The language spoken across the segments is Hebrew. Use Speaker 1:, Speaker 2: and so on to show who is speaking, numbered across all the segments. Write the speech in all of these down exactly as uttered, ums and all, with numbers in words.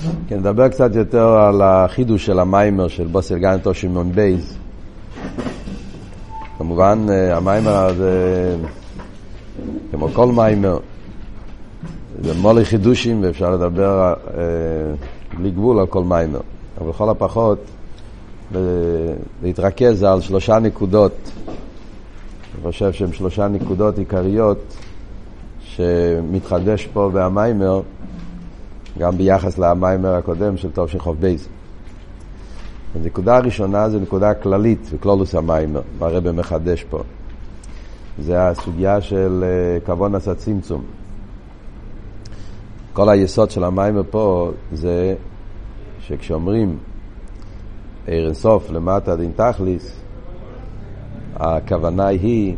Speaker 1: כן, נדבר קצת יותר על החידוש של המיימר של בוסל גנטו שמעון בייז. כמובן המיימר הזה כמו כל מיימר זה מולי חידושים, ואפשר לדבר אה, בלי גבול על כל מיימר, אבל לכל הפחות להתרכז על שלושה נקודות. אני חושב שהן שלושה נקודות עיקריות שמתחדש פה במיימר, גם ביחס למיימר הקודם של טוב שחוב בייז. הנקודה הראשונה זה נקודה כללית וכלולוס המיימר, והרבא מחדש פה. זה הסוגיה של כוונס הצמצום. כל היסוד של המיימר פה זה שכשאומרים עיר אינסוף למטה דין תכליס, הכוונה היא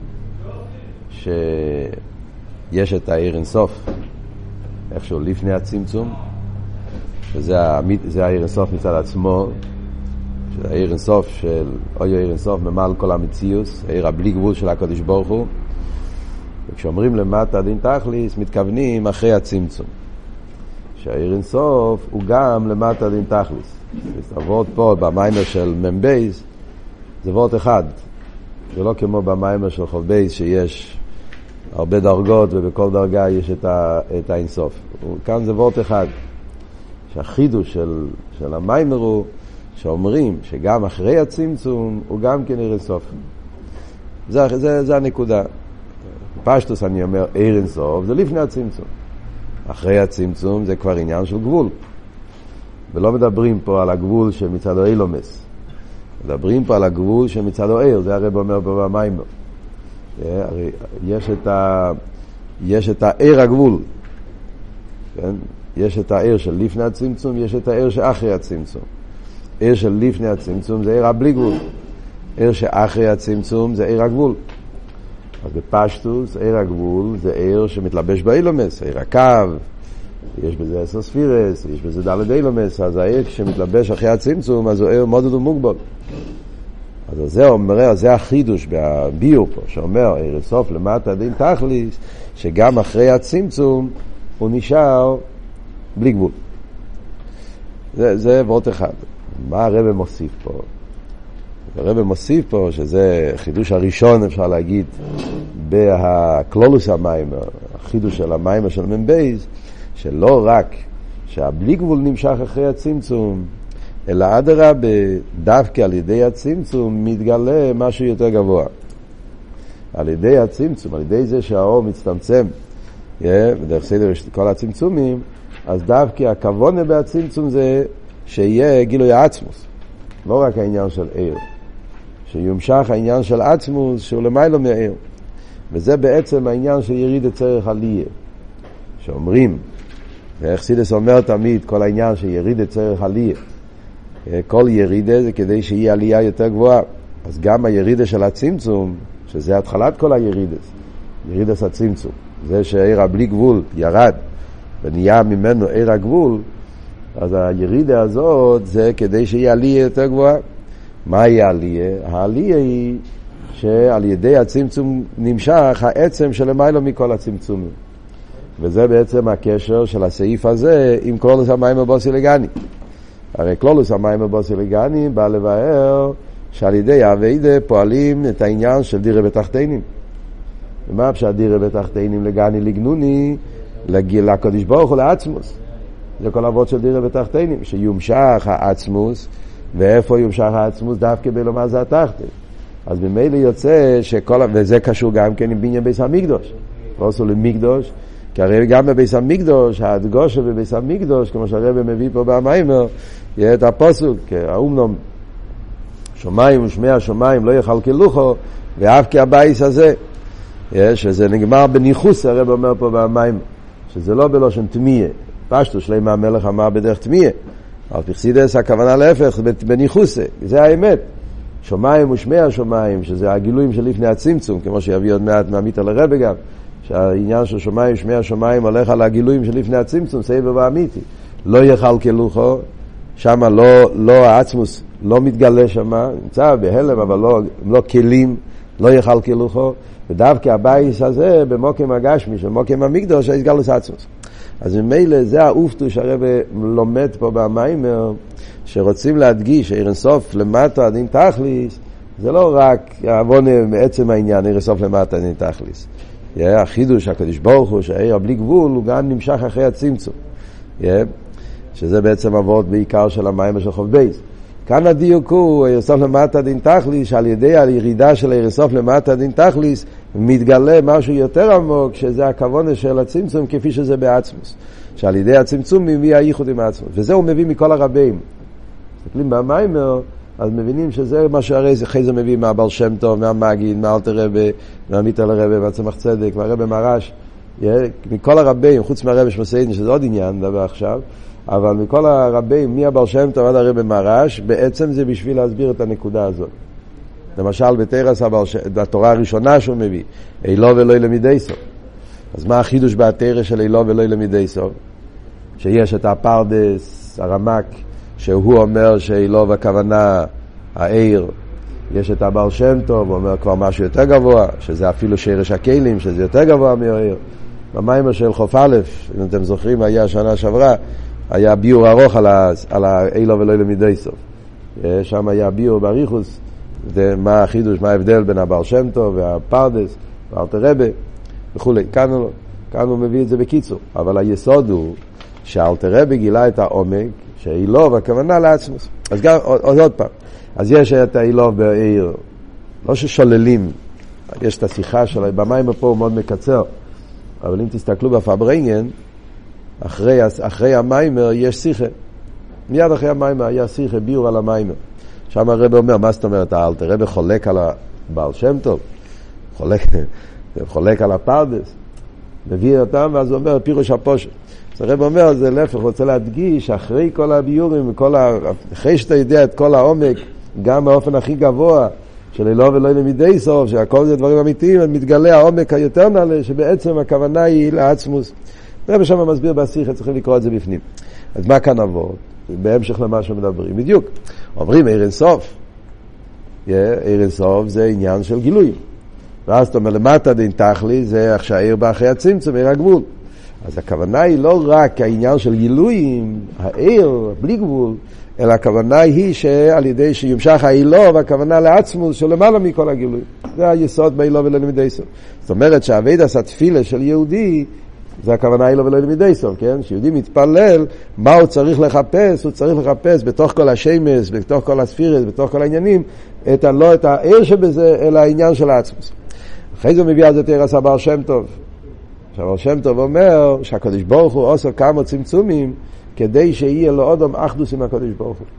Speaker 1: שיש את העיר אינסוף איכשהו לפני הצמצום, שזה זה העיר אינסוף מצד עצמו, שזה העיר אינסוף של אוי העיר אינסוף ממעל כל המציאוס, העיר הבלי גבול של הקדוש ברוך הוא. וכשאומרים למטה דין תכליס מתכוונים אחרי הצמצום, שהעיר אינסוף הוא גם למטה דין תכליס. זה פה במיימר של ממבייז זה וורט אחד, זה לא כמו במיימר של חוב בייז שיש הרבה דרגות ובכל דרגה יש את, ה, את האינסוף. כאן זה וורט אחד, שהחידוש של, של המיימר הוא שאומרים שגם אחרי הצמצום הוא גם כן עיר אינסוף. זה, זה, זה הנקודה. פשטוס אני אומר עיר אינסוף זה לפני הצמצום, אחרי הצמצום זה כבר עניין של גבול, ולא מדברים פה על הגבול שמצד האילומס, מדברים פה על הגבול שמצד העיר. זה הרב אומר פה במיימר, יש את ה יש את העיר הגבול, כן? יש את העיר של לפני הצמצום, יש את העיר שאחרי הצמצום. עיר של לפני הצמצום זה עיר הבלי גבול, עיר שאחרי הצמצום זה עיר הגבול. אז בפשטוס עיר הגבול זה עיר שמתלבש באילומס, עיר הקו, יש בזה עשר ספירס, יש בזה דלת אילומס. אז העיר שמתלבש אחרי הצמצום אז הוא עיר מודד ומוגבל. אז זה אומר, זה החידוש בביור פה, שאומר עיר אינסוף למטה דין תכליס, שגם אחרי הצמצום הוא נשאר בלי גבול. זה, זה וורט אחד. מה הרב מוסיף פה? הרב מוסיף פה שזה חידוש הראשון, אפשר להגיד, בהקלולוס המיימר, החידוש של המיימר של ממבייז, שלא רק שהבלי גבול נמשך אחרי הצמצום, אלא אדרבה, דווקא על ידי הצמצום מתגלה משהו יותר גבוה. על ידי הצמצום, על ידי זה שהאור מצטמצם, בדרך סדר יש כל הצמצומים, אז דווקא הכוונה בהצמצום זה שיהיה גילוי העצמוס, לא רק העניין של עיר, שיומשך העניין של עצמוס שהוא למיילו מהעיר. וזה בעצם העניין של יריד צורך עלייה, שאומרים, ואחסידס אומר תמיד כל העניין של יריד צורך עלייה, כל ירידה זה כדי שיהיה עלייה יותר גבוהה. אז גם הירידה של הצמצום, שזה התחלת כל הירידס, ירידס הצמצום, זה שהעיר הבלי גבול ירד ונהיה ממנו עיר הגבול, אז הירידה הזאת זה כדי שיהיה עלייה יותר גבוהה. מה היא העלייה? העלייה היא שעל ידי הצמצום נמשך העצם של מיילו מכל הצמצומים, וזה בעצם הקשר של הסעיף הזה עם קלולוס המיימר בוסי לגני. הרי קלולוס המיימר בוסי לגני בא לבאר שעל ידי העבודה פועלים את העניין של דירה בתחתינים. ומה פשט דירה בתחתינים לגני לגנוני לגיל הקדוש ברוך הוא לעצמוס? זה כל עבוד של דירה בתחתינים, שיומשך העצמוס. ואיפה יומשך העצמוס? דווקא בלומר זה התחתן. אז במילא יוצא שכל, וזה קשור גם כן עם בניין ביס המקדוש, לא עשו למקדוש, כי הרי גם בביס המקדוש, ההדגושה בביס המקדוש, כמו שהרבא מביא פה במיימר, יהיה את הפסוק, האומנום שמיים ושמי השמיים לא יכלכלוכו, ואף כי הבייס הזה, שזה נגמר בניחוס, הרבא אומר פה במיימר, שזה לא בלושן תמיה, פשטו שלמה המלך אמר בדרך תמיה, אבל פרסידס הכוונה להפך, בניחוס, זה האמת. שמיים ושמי השמיים, שזה הגילויים של לפני הצמצום, כמו שיביא עוד מעט מעמית על הרבא גם, שהעניין של שמיים ושמי השמיים הולך על הגילויים של לפני הצמצום, סבב ואמיתי. לא יכלכלוכו, שם לא, לא העצמוס לא מתגלה שם, נמצא בהלם, אבל לא, לא כלים, לא יכלכלוכו, ודווקא הבייס הזה במוקם הגשמי, של מוקם המקדוש, היסגלוס עצמוס. אז ממילא זה האופטו שהרב לומד פה במיימר, שרוצים להדגיש עיר אינסוף למטה דין תכליס, זה לא רק העוון מעצם העניין, עיר אינסוף למטה דין תכליס. החידוש הקדוש ברוך הוא שהעיר בלי גבול הוא גם נמשך אחרי הצמצום, שזה בעצם עבוד בעיקר של המיימר של חוב בייס. כאן הדיוק הוא עיר אינסוף למטה דין תכליס, שעל ידי הירידה של עיר אינסוף למטה דין תכליס מתגלה משהו יותר עמוק, שזה הכוונה של הצמצום כפי שזה בעצמוס, שעל ידי הצמצום מביא הייחוד עם עצמוס, וזה הוא מביא מכל הרבים. מסתכלים במיימר, אז מבינים שזה מה שהרי זה חייזה מביא מהבעל שם טוב, מהמגיד, מהאלתר רבי, מהמיטל רבי, מהצמח צדק, מהרבי מרש, מכל הרבים, חוץ מהרבי שמסעידן, שזה עוד עניין, דבר עכשיו, אבל מכל הרבים, מהבעל שם טוב עד הרבי מרש, בעצם זה בשביל להסביר את הנקודה הזאת. למשל, בתרס, בתורה הראשונה שהוא מביא, אילו ולא למידי סוף. אז מה החידוש בתרס של אילו ולא למידי סוף? שיש את הפרדס, הרמק, שהוא אומר שאילו והכוונה העיר, יש את הבעל שם טוב, הוא אומר כבר משהו יותר גבוה, שזה אפילו שרש הכלים, שזה יותר גבוה מהעיר. במיימר של חוף א', אם אתם זוכרים, היה השנה שעברה, היה ביור ארוך על האילו ולא למידי סוף. שם היה ביור בריחוס, מה החידוש, מה ההבדל בין הבעל שם טוב והפרדס והאלתר רבי וכו'. כאן, כאן הוא מביא את זה בקיצור, אבל היסוד הוא שהאלתר רבי גילה את העומק שאילו והכוונה לעצמוס. אז גם עוד, עוד פעם, אז יש את האילו בעיר, לא ששוללים, יש את השיחה של במים פה הוא מאוד מקצר, אבל אם תסתכלו בפברנגן, אחרי, אחרי המיימר יש שיחה, מיד אחרי המיימר היה שיחה, ביור על המיימר. שם הרב אומר, מה זאת אומרת האלתר? הרב חולק על הבעל שם טוב, חולק, חולק על הפרדס, מביא אותם, ואז הוא אומר, פירוש הפושט. אז הרב אומר, זה להפך, רוצה להדגיש, אחרי כל הביורים, כל ה... אחרי שאתה יודע את כל העומק, גם באופן הכי גבוה, של אילו ולא למידי סוף, שהכל זה דברים אמיתיים, מתגלה העומק היותר נעלה, שבעצם הכוונה היא לעצמוס. הרב שם מסביר בשיחה, צריכים לקרוא את זה בפנים. אז מה כאן עבוד? בהמשך למה שמדברים. בדיוק. אומרים עיר אינסוף. עיר אינסוף זה עניין של גילוי. ואז אתה אומר, למטה דין תכלי, זה איך שהעיר בא אחרי הצמצום, עיר הגבול. אז הכוונה היא לא רק העניין של גילויים, העיר, בלי גבול, אלא הכוונה היא שעל ידי שימשך האילו, והכוונה לעצמוס של למעלה מכל הגילויים. זה היסוד באילו ולא למידי סוף. זאת אומרת שהעבודת התפילה של יהודי, זה הכוונה אילו ולא למידי סוף, כן? שיהודי מתפלל, מה הוא צריך לחפש? הוא צריך לחפש בתוך כל השמש, בתוך כל הספירס, בתוך כל העניינים, את לא את העיר שבזה, אלא העניין של העצמוס. אחרי זה מביא על זה תרס הבעל שם טוב. הבעל שם טוב אומר שהקדוש ברוך הוא עושה כמה צמצומים, כדי שיהיה לו אודם אחדוס עם הקדוש ברוך הוא.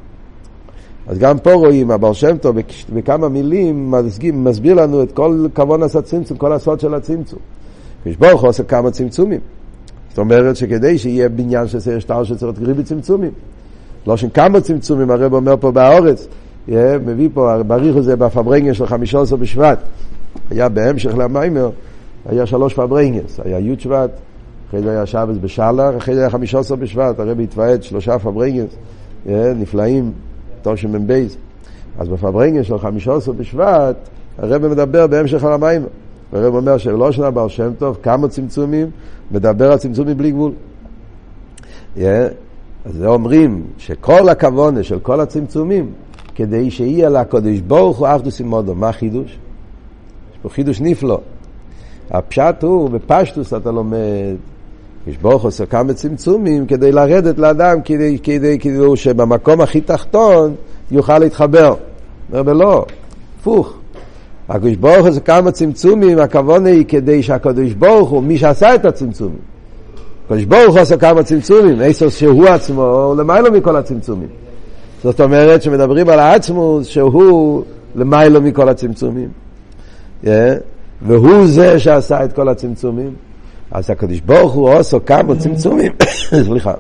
Speaker 1: אז גם פה רואים, הבעל שם טוב בכמה מילים מסגים, מסביר לנו את כל כוונת הצמצום, כל הסוד של הצמצום. הקדוש ברוך הוא עושה כמה צמצומים. זאת אומרת שכדי שיהיה בניין של סיר שטר שצריך גריבי צמצומים. לא שכמה צמצומים, הרב אומר פה באורץ, מביא פה, בריך הזה בפברנגן של חמישה עשר בשבט. היה בהמשך למיימר, היה שלוש פברנגנס, היה י' שבט, אחרי זה היה שבס בשלח, אחרי זה היה חמישה עשר בשבט, הרב התוועד שלושה פברנגנס, נפלאים, תור שמן בייס. אז בפברנגן של חמישה עשר בשבט, הרב מדבר בהמשך על המיימר. הרב אומר שלא שנה בעל שם טוב, כמה צמצומים, מדבר על צמצומים בלי גבול. Yeah. אז זה אומרים שכל הכוונה של כל הצמצומים, כדי שיהיה לקדוש ברוך הוא אחדוס עימודו. מה חידוש? יש פה חידוש נפלא. הפשט הוא, בפשטוס אתה לומד, יש ברוך הוא עושה כמה צמצומים, כדי לרדת לאדם, כדי, כדי, כדי שבמקום הכי תחתון יוכל להתחבר. אומר בלא, הפוך. הקדוש ברוך הוא זה כמה צמצומים, הכוונה היא כדי שהקדוש ברוך הוא, מי שעשה את הצמצומים, הקדוש ברוך הוא עשה כמה צמצומים, איסוס שהוא עצמו, למיילו מכל הצמצומים. זאת אומרת שמדברים על העצמוס שהוא למיילו מכל הצמצומים. Yeah. והוא זה שעשה את כל הצמצומים. אז הקדוש ברוך הוא עושה כמה צמצומים, סליחה.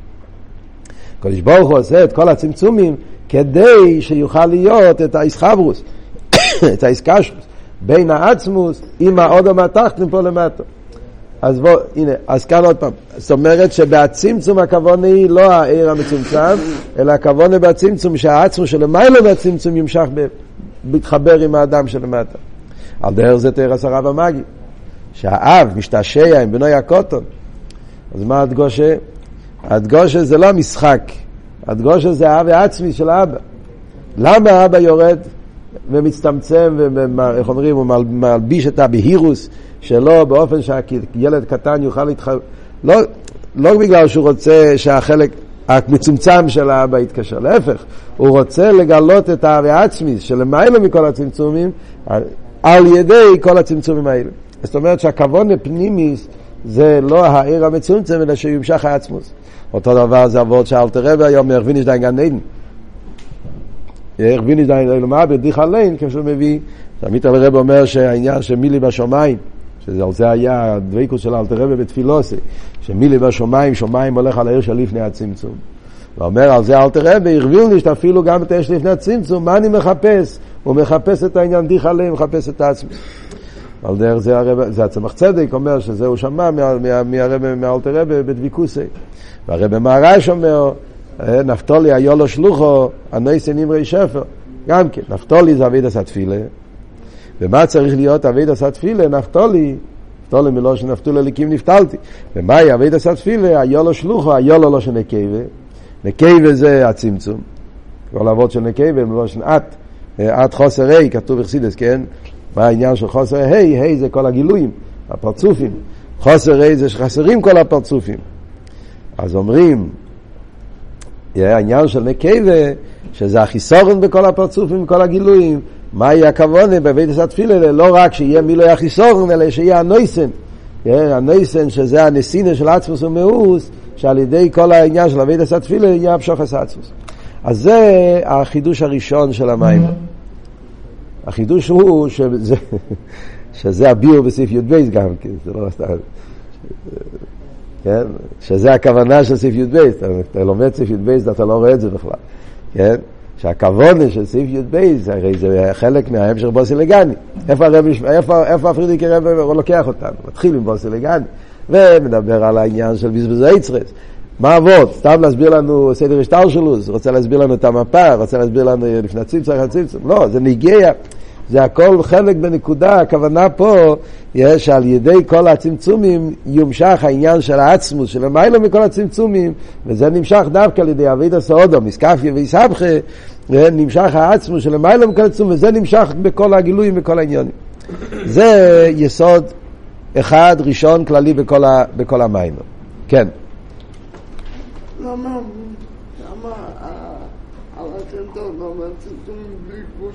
Speaker 1: הקדוש ברוך הוא עושה את כל הצמצומים, כדי שיוכל להיות את האיסחברוס, את האיסקשרוס, בין העצמוס עם האודם התחתן פה למטה. אז בוא, הנה, אז כאן עוד פעם. זאת אומרת שבצמצום הכוונה היא לא העיר המצומצם, אלא הכוונה בצמצום שהעצמוס שלמיילו בצמצום ימשך להתחבר עם האדם שלמטה. על דרך זה תרס הרב המגיד, שהאב משתשע עם בנוי הקוטון, אז מה הדגושה? הדגושה זה לא משחק, הדגושה זה האב העצמי של האבא. למה האבא יורד ומצטמצם ואיך אומרים, הוא מלביש את הבהירוס שלו באופן שהילד קטן יוכל להתחבר, לא, לא בגלל שהוא רוצה שהחלק המצומצם של האבא יתקשר, להפך, הוא רוצה לגלות את האב העצמי שלמעלה מכל הצמצומים על ידי כל הצמצומים האלה. זאת אומרת שהכוון הפנימיס זה לא העיר המצומצם אלא שימשך העצמוס. אותו דבר זה עבוד שאלתר רבי היום הרבין יש דיין גן עדן, הרבין יש דיין למה בדיח עליין, כשהוא מביא תמיד הרבי אומר שהעניין שמילי בשומיים, שזה על זה היה הדבקות של אלתר רבי בתפילוסי, שמילי בשומיים, שומיים הולך על העיר של לפני הצמצום, ואומר על זה אלתר רבי הרביל לי שתפילו גם את העיר של לפני הצמצום. מה אני מחפש? הוא מחפש את העניין דיח עליין, מחפש את העצמי. על דרך זה הרב, זה הצמח צדק אומר שזה הוא שמע מהרב מאלתר רבי בדביקוסי, והרב מהרש אומר נפתולי היו לו שלוחו הנויסן נמרי שפר, גם כן נפתולי זה אבידס התפילה. ומה צריך להיות אבידס התפילה? נפתולי, נפתולי מלושן נפתולי לקים נפתלתי. ומהי אבידס התפילה? היו לו שלוחו, היו לו לא שנקייבה, נקייבה זה הצמצום, כל אבות של נקייבה מלושן את, את חוסר אי, כתוב בחסידות, כן? מה העניין של חוסר היי? היי זה כל הגילויים, הפרצופים. חוסר היי זה שחסרים כל הפרצופים. אז אומרים, העניין של נקייבה, שזה החיסורן בכל הפרצופים, כל הגילויים. מהי הכוונה בבית התפילה? לא רק שיהיה מילוי החיסורן, אלא שיהיה הנויסן. הנויסן שזה הנסינה של עצמוס ומאוס, שעל ידי כל העניין של בית התפילה יהיה המשוחס עצמוס. אז זה החידוש הראשון של המים. החידוש הוא שזה, שזה הביור בסעיף י' בייס גם כן, זה לא סתם, כן? שזה הכוונה של סעיף י' בייס, אתה לומד סעיף י' בייס, אתה לא רואה את זה בכלל, כן? שהכוונה של סעיף י' בייס, הרי זה חלק מההמשך בוסי לגני. איפה הרבי, איפה, איפה הפרידיקי רבי לוקח אותנו? מתחיל עם בוסי לגני, ומדבר על העניין של בזבז היצרס. מה עבוד? סתם להסביר לנו סדר השטר שלו, רוצה להסביר לנו את המפה, רוצה להסביר לנו לפני צמצום, צמצום. לא, זה נגיע, זה הכל חלק בנקודה. הכוונה פה יש על ידי כל הצמצומים יומשך העניין של העצמוס, של המילה מכל הצמצומים, וזה נמשך דווקא על ידי אביד הסעודו, מסקפיה ויסבכה, נמשך העצמוס של המילה מכל הצמצומים, וזה נמשך בכל הגילויים, בכל העניינים. זה יסוד אחד ראשון כללי בכל, ה, בכל המים. כן.
Speaker 2: למה, למה, על השם למה צמצומים בלי גבול?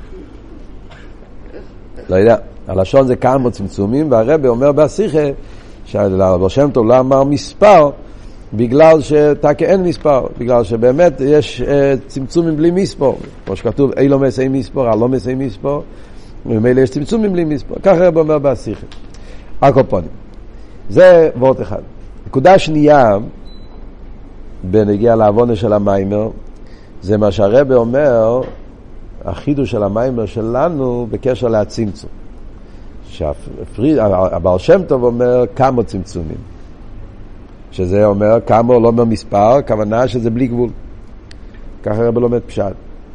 Speaker 1: לא יודע, הלשון זה כמה צמצומים, והרבי אומר בשיחה, שהשם טוב לא אמר מספר, בגלל שתקה אין מספר, בגלל שבאמת יש צמצומים בלי מספר, כמו שכתוב, אי לא מסיים מספר, אל לא מסיים מספר, ומילא יש צמצומים בלי מספר, כך הרבי אומר בשיחה. הקופונים. זה וורט אחד. נקודה שנייה, בנגיע לעוונה של המיימר, זה מה שהרבי אומר, החידוש של המיימר שלנו בקשר להצמצום. שהבעל שם טוב אומר כמה צמצומים. שזה אומר כמה לא אומר מספר, כוונה שזה בלי גבול. ככה הרבי לומד פשט.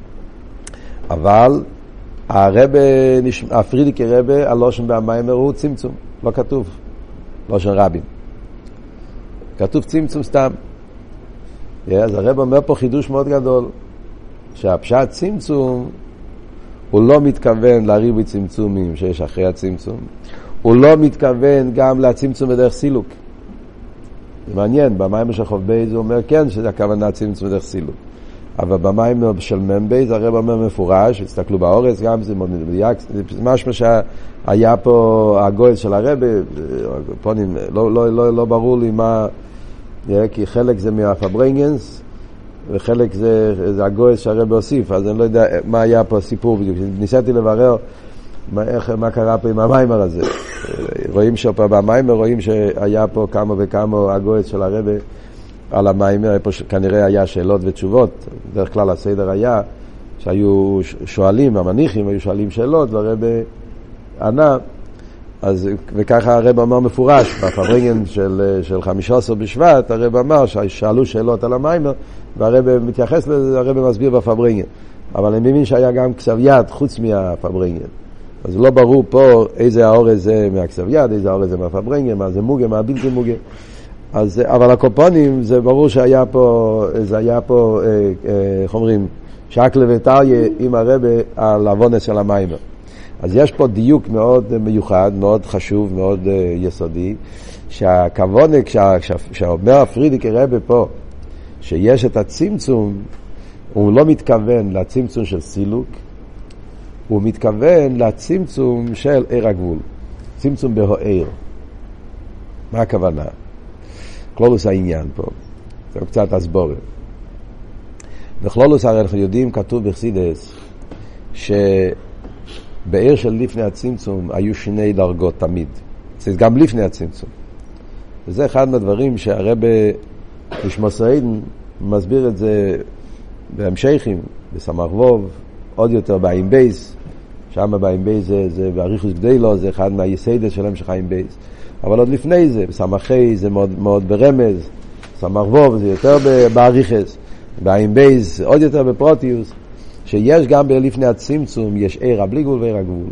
Speaker 1: אבל הרבי, הפרידיקי רבי, הלושן במיימר הוא צמצום. לא כתוב. לושן רבים. כתוב צמצום סתם. אז הרב אומר פה חידוש מאוד גדול, שהפשט צמצום הוא לא מתכוון לריבוי צמצומים שיש אחרי הצמצום, הוא לא מתכוון גם לצמצום בדרך סילוק. זה מעניין, במים של חוב בייז הוא אומר כן שזה הכוונה צמצום בדרך סילוק, אבל במים של מם בייז הרב אומר מפורש, הסתכלו באורץ גם, זה מאוד מדויק, זה משהו שהיה פה הגויל של הרב, פונים, לא, לא, לא, לא ברור לי מה, כי חלק זה מהפברנגנס וחלק זה, זה הגויס שהרבי הוסיף, אז אני לא יודע מה היה פה סיפור בדיוק. ניסיתי לברר מה, איך, מה קרה פה עם המיימר הזה. רואים שפה במיימר, רואים שהיה פה כמה וכמה הגויס של הרבי על המיימר, פה כנראה היה שאלות ותשובות, דרך כלל הסדר היה שהיו שואלים, המניחים היו שואלים שאלות והרבי ענה, אז וככה הרב אמר מפורש בפברנגן של של חמישה עשר בשבט, הרב אמר ששאלו שאלות על המיימר והרב מתייחס לזה, הרב מסביר בפברנגן, אבל אני מבין שהיה גם כתב יד חוץ מהפברנגן, אז לא ברור פה איזה האורז זה מהכתב יד, איזה האורז זה מהפברנגן, מה זה מוגה, מה בלתי מוגה, אז, אבל הקופונים, זה ברור שהיה פה, זה היה פה, איך אומרים, שקלה וטריה עם הרבה על הוונס של המיימר. אז יש פה דיוק מאוד מיוחד, מאוד חשוב, מאוד יסודי, שהכוונה, כשאומר הפרידיק הרבה פה, שיש את הצמצום, הוא לא מתכוון לצמצום של סילוק, הוא מתכוון לצמצום של עיר הגבול, צמצום בהוער. מה הכוונה? כלולוס העניין פה, זה קצת הסבורה. בכלולוס הרי אנחנו יודעים, כתוב בחסידס, שבעיר של לפני הצמצום היו שני דרגות תמיד. זה גם לפני הצמצום. וזה אחד מהדברים שהרבא משמעותיין מסביר את זה בהמשכים, בסמ"ך ווב, עוד יותר בעין בייס, שם בעין בייס זה, זה באריכוס גדלו, זה אחד מהיסיידס שלהם שחיים בייס. אבל עוד לפני זה, בסמ"כי זה מאוד, מאוד ברמז, סמ"ך ווב זה יותר באריכס, בעין בייס עוד יותר בפרוטיוס, שיש גם לפני הצמצום, יש עיר הבלי גבול ועיר הגבול.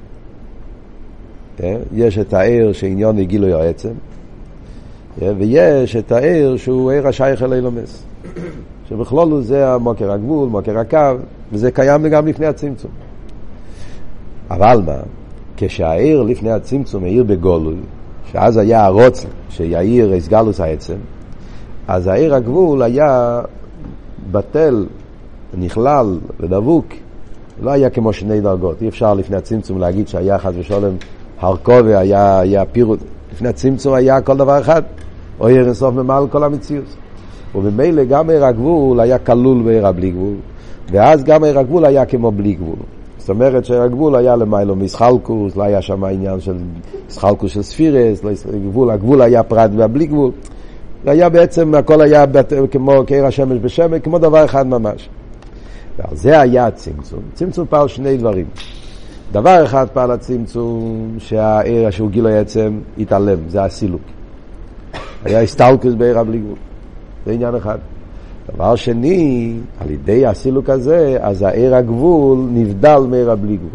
Speaker 1: יש את העיר שעניון הגילו יועצם, ויש את העיר שהוא עיר השייך אל אילומס, שבכלולו זה מוקר הגבול, מוקר הקו, וזה קיים גם לפני הצמצום. אבל מה? כשהעיר לפני הצמצום, העיר בגולוי, שאז היה הרוצן שיעיר הסגלוס העצם, אז העיר הגבול היה בטל, נכלל ודבוק, לא היה כמו שני דרגות. אי אפשר לפני הצמצום להגיד שהיה חס ושלום הרקובה, היה, היה פירוט. לפני הצמצום היה כל דבר אחד, או עיר אינסוף ממעל כל המציאות. ובמילא גם עיר הגבול היה כלול בעיר הבלי גבול, ואז גם עיר הגבול היה כמו בלי גבול. זאת אומרת שעיר הגבול היה למיילו מסחלקוס, לא היה שם העניין של מסחלקוס של ספירס, הגבול, הגבול היה פרט והבלי גבול. היה בעצם, הכל היה כמו כעיר השמש בשמש, כמו דבר אחד ממש. ועל זה היה הצמצום. צמצום פעל שני דברים. דבר אחד פעל הצמצום, שהעיר שהוא גילו עצם התעלם, זה הסילוק. היה הסתלקוס בעיר הבלי גבול. זה עניין אחד. דבר שני, על ידי הסילוק הזה, אז העיר הגבול נבדל מעיר הבלי גבול.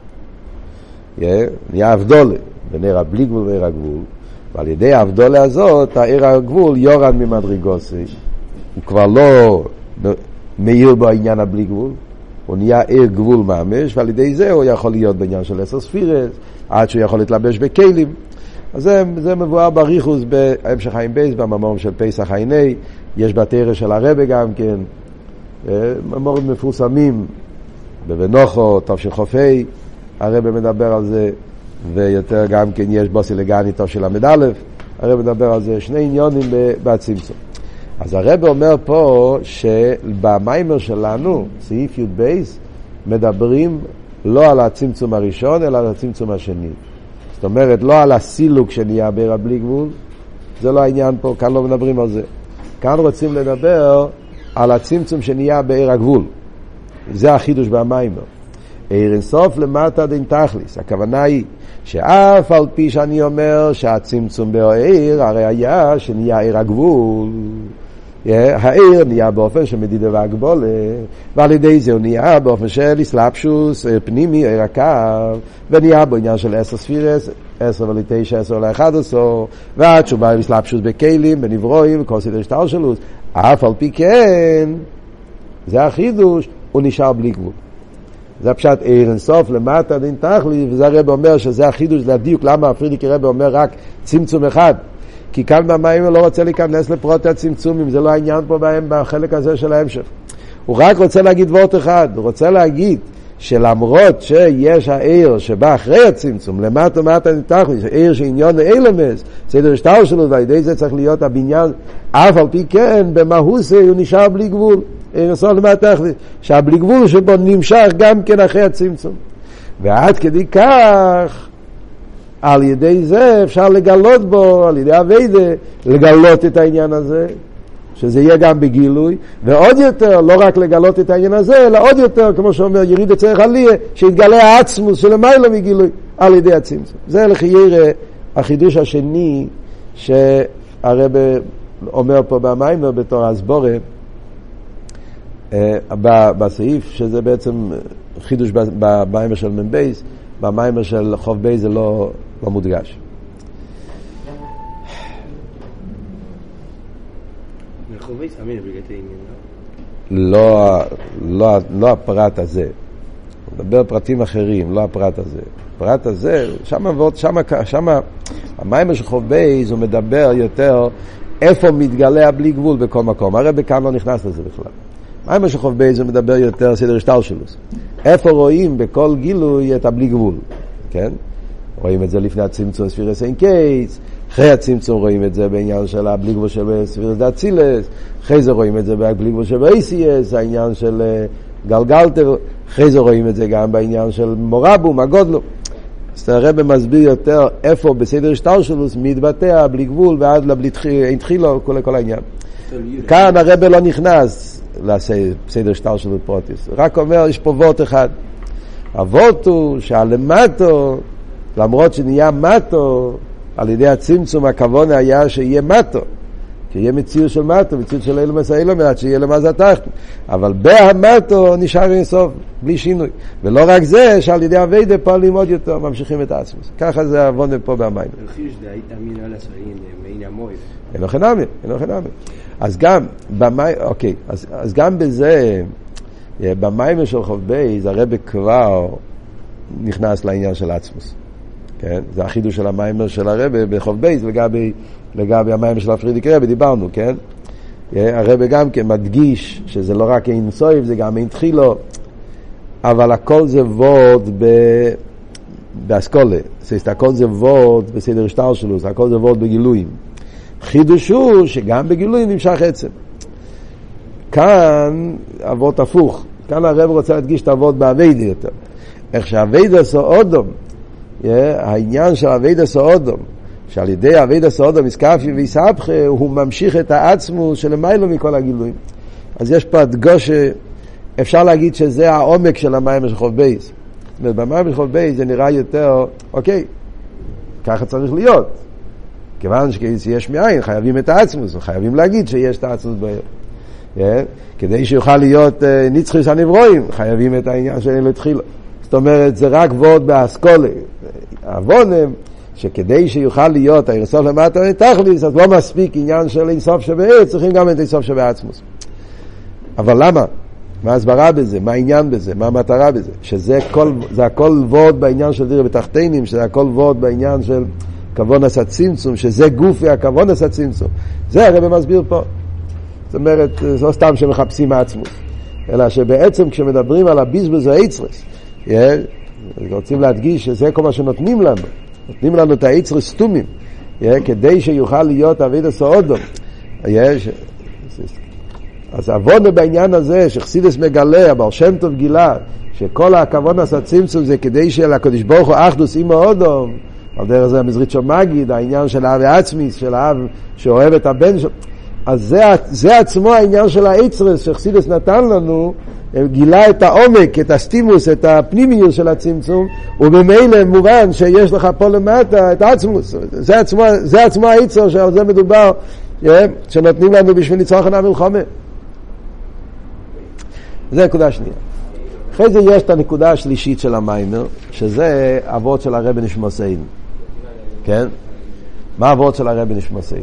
Speaker 1: נהיה הבדולה בין עיר הבלי גבול ועיר הגבול, ועל ידי ההבדולה הזאת, העיר הגבול יורד ממדרגוסי. הוא כבר לא מאיר בו העניין הבלי גבול, הוא נהיה עיר גבול ממש, ועל ידי זה הוא יכול להיות בעניין של עשר ספירס, עד שהוא יכול להתלבש בכלים. אז זה, זה מבואר בריחוס בהמשך חיים בייס, במאמרים של פסח עיני, יש בתורה של הרבה גם כן, מאמרים מפורסמים, בבנוחו, טוב של חופי, הרבה מדבר על זה, ויותר גם כן יש בוסי לגני טוב של המד א', הרבה מדבר על זה, שני עניונים בצמצום. אז הרבה אומר פה שבמיימר שלנו, סעיף י' בייס, מדברים לא על הצמצום הראשון, אלא על הצמצום השני. זאת אומרת, לא על הסילוק שנהיה בעיר הבלי גבול, זה לא העניין פה, כאן לא מדברים על זה. כאן רוצים לדבר על הצמצום שנהיה בעיר הגבול. זה החידוש במיימר. עיר אינסוף למטה דין תכליס. הכוונה היא שאף על פי שאני אומר שהצמצום בעיר, הרי היה שנהיה עיר הגבול. העיר נהיה באופן של מדידה והגבולה, ועל ידי זה הוא נהיה באופן של אסלאפשוס, פנימי, עיר הקו, ונהיה בעניין של עשר ספירס, עשר ולתשע, עשר ולאחד עשר, ועד שהוא בא עם אסלאפשוס בכלים, בנברואים, וכל סדר שטר שלו, אף על פי כן, זה החידוש, הוא נשאר בלי גבול. זה פשט עיר אינסוף למטה דין תכליס, וזה הרב אומר שזה החידוש לדיוק, למה הפרידיק הרב אומר רק צמצום אחד, כי כאן במיימר לא רוצה להיכנס לפרוטי הצמצומים, זה לא העניין פה בהם בחלק הזה של ההמשך. הוא רק רוצה להגיד וורט אחד, הוא רוצה להגיד שלמרות שיש העיר שבא אחרי הצמצום, למטה מטה נתחליס, העיר שעניון אילמס, סדר שטר שלו, ועל זה צריך להיות הבניין, אף על פי כן, במהוס הוא נשאר בלי גבול, עיר אינסוף למטה תכליס, שהבלי גבול שבו נמשך גם כן אחרי הצמצום. ועד כדי כך, על ידי זה אפשר לגלות בו, על ידי הווידה, לגלות את העניין הזה, שזה יהיה גם בגילוי, ועוד יותר, לא רק לגלות את העניין הזה, אלא עוד יותר, כמו שאומר יריד צריך עליה, שיתגלה העצמוס של המיילה מגילוי, על ידי הצמצום. זה לחייר החידוש השני, שהרב אומר פה במיימר בתור הסבורה, בסעיף, שזה בעצם חידוש במיימר של ממבייס, במיימר של חוב בייס זה לא, לא מודגש.
Speaker 3: חובי סמין בגלל העניין.
Speaker 1: לא, לא, לא הפרט הזה. הוא מדבר פרטים אחרים, לא הפרט הזה. הפרט הזה, שמה ועוד, שמה, שמה, המים של חובייז הוא מדבר יותר איפה מתגלה בלי גבול בכל מקום. הרב כאן לא נכנס לזה בכלל. המים של חובייז הוא מדבר יותר סדר השטר שלו. איפה רואים בכל גילוי את הבלי גבול, כן? רואים את זה לפני הצמצום ספירס אין קייס, אחרי הצמצום רואים את זה בעניין של הבלי גבול של ספירס דאצילס, אחרי זה רואים את זה בבלי גבול של אייסיאס, העניין של גלגלתר, אחרי זה רואים את זה גם בעניין של מורבו, מגודלו. אז הרב מסביר יותר איפה בסדר השטר שלו מתבטא בלי גבול ועד לבלי תחילו, כל, כל העניין. כאן הרב לא נכנס לסדר השטר שלו פרוטיס, רק אומר יש פה וורט אחד. הוורט הוא שהלמטו, למרות שנהיה מטו, על ידי הצמצום הכוונה היה שיהיה מטו, כי יהיה מציאות של מטו, מציאות של אילומס האילומס, שיהיה למאז התחת. אבל בהמטו נשאר אינסוף, בלי שינוי. ולא רק זה, שעל ידי הווידה פועלים עוד יותר, ממשיכים את העצמוס. ככה זה העוונה פה במים.
Speaker 3: רכיש דאית אמין על הסועים, מעין המוי.
Speaker 1: אינו חינמי, אינו חינמי. אז גם, במים, אוקיי, אז, אז גם בזה, במים של חוב בייז, הרב כבר נכנס לעניין של עצמוס. כן? זה החידוש של המיימר של הרב בחוב בייז לגבי, לגבי המיימר של הפרידיק רב, דיברנו, כן? הרב גם כן מדגיש שזה לא רק אין סויב, זה גם אין תחילו, אבל הכל זה ווד ב... באסכולה, זאת הכל זה ווד בסדר השטר שלו, הכל זה ווד בגילויים. חידוש הוא שגם בגילויים נמשך עצם. כאן אבות הפוך, כאן הרב רוצה להדגיש את אבות בעבודה יותר. איך שהעבודה עשו אודום, Yeah, העניין של עבודה סעודום, שעל ידי עבודה סעודום מסקפי ויסבכה, הוא ממשיך את העצמוס שלמיילו מכל הגילויים. אז יש פה הדגוש, אפשר להגיד שזה העומק של המים של חוב בייז. זאת אומרת, במים של חוב בייז זה נראה יותר, אוקיי, ככה צריך להיות. כיוון שיש מאין, חייבים את העצמוס, חייבים להגיד שיש את העצמוס בעיר. Yeah, כדי שיוכל להיות uh, נצחוס הנברואים, חייבים את העניין שאין לו תחילו. זאת אומרת, זה רק ווד באסכולה. אבונם, שכדי שיוכל להיות האינסוף למטה לתכליס, אז לא מספיק עניין של אינסוף שבארץ, צריכים גם את אינסוף שבעצמוס. אבל למה? מה הסברה בזה? מה העניין בזה? מה המטרה בזה? שזה כל, זה הכל ווד בעניין של דיר בתחתינים, שזה הכל ווד בעניין של כוונס הצמצום, שזה גופי הכוונס הצמצום. זה הרב מסביר פה. זאת אומרת, זה לא סתם שמחפשים העצמוס, אלא שבעצם כשמדברים על הביזבוז היצרס, רוצים להדגיש שזה כל מה שנותנים לנו, נותנים לנו את היצרס סתומים, כדי שיוכל להיות עבודה סעודום. אז עבודה בעניין הזה שחסידס מגלה, הבעל שם טוב גילה, שכל הכוונס הצמצום זה כדי שלקדוש ברוך הוא אחדוס עם האודום, על דרך זה המזרית של מגיד, העניין של האב העצמיס, של האב שאוהב את הבן שלו. אז זה, זה עצמו העניין של היצרס שחסידס נתן לנו, גילה את העומק, את הסטימוס, את הפנימיות של הצמצום, ובמילא מובן שיש לך פה למטה את העצמוס. זה עצמו, זה עצמו היצר שעל זה מדובר, שנותנים לנו בשביל ניצחון המלחמה. זה נקודה שנייה. אחרי זה יש את הנקודה השלישית של המיימר, שזה אבות של הרב נשמוסיין. כן? מה אבות של הרב נשמוסיין?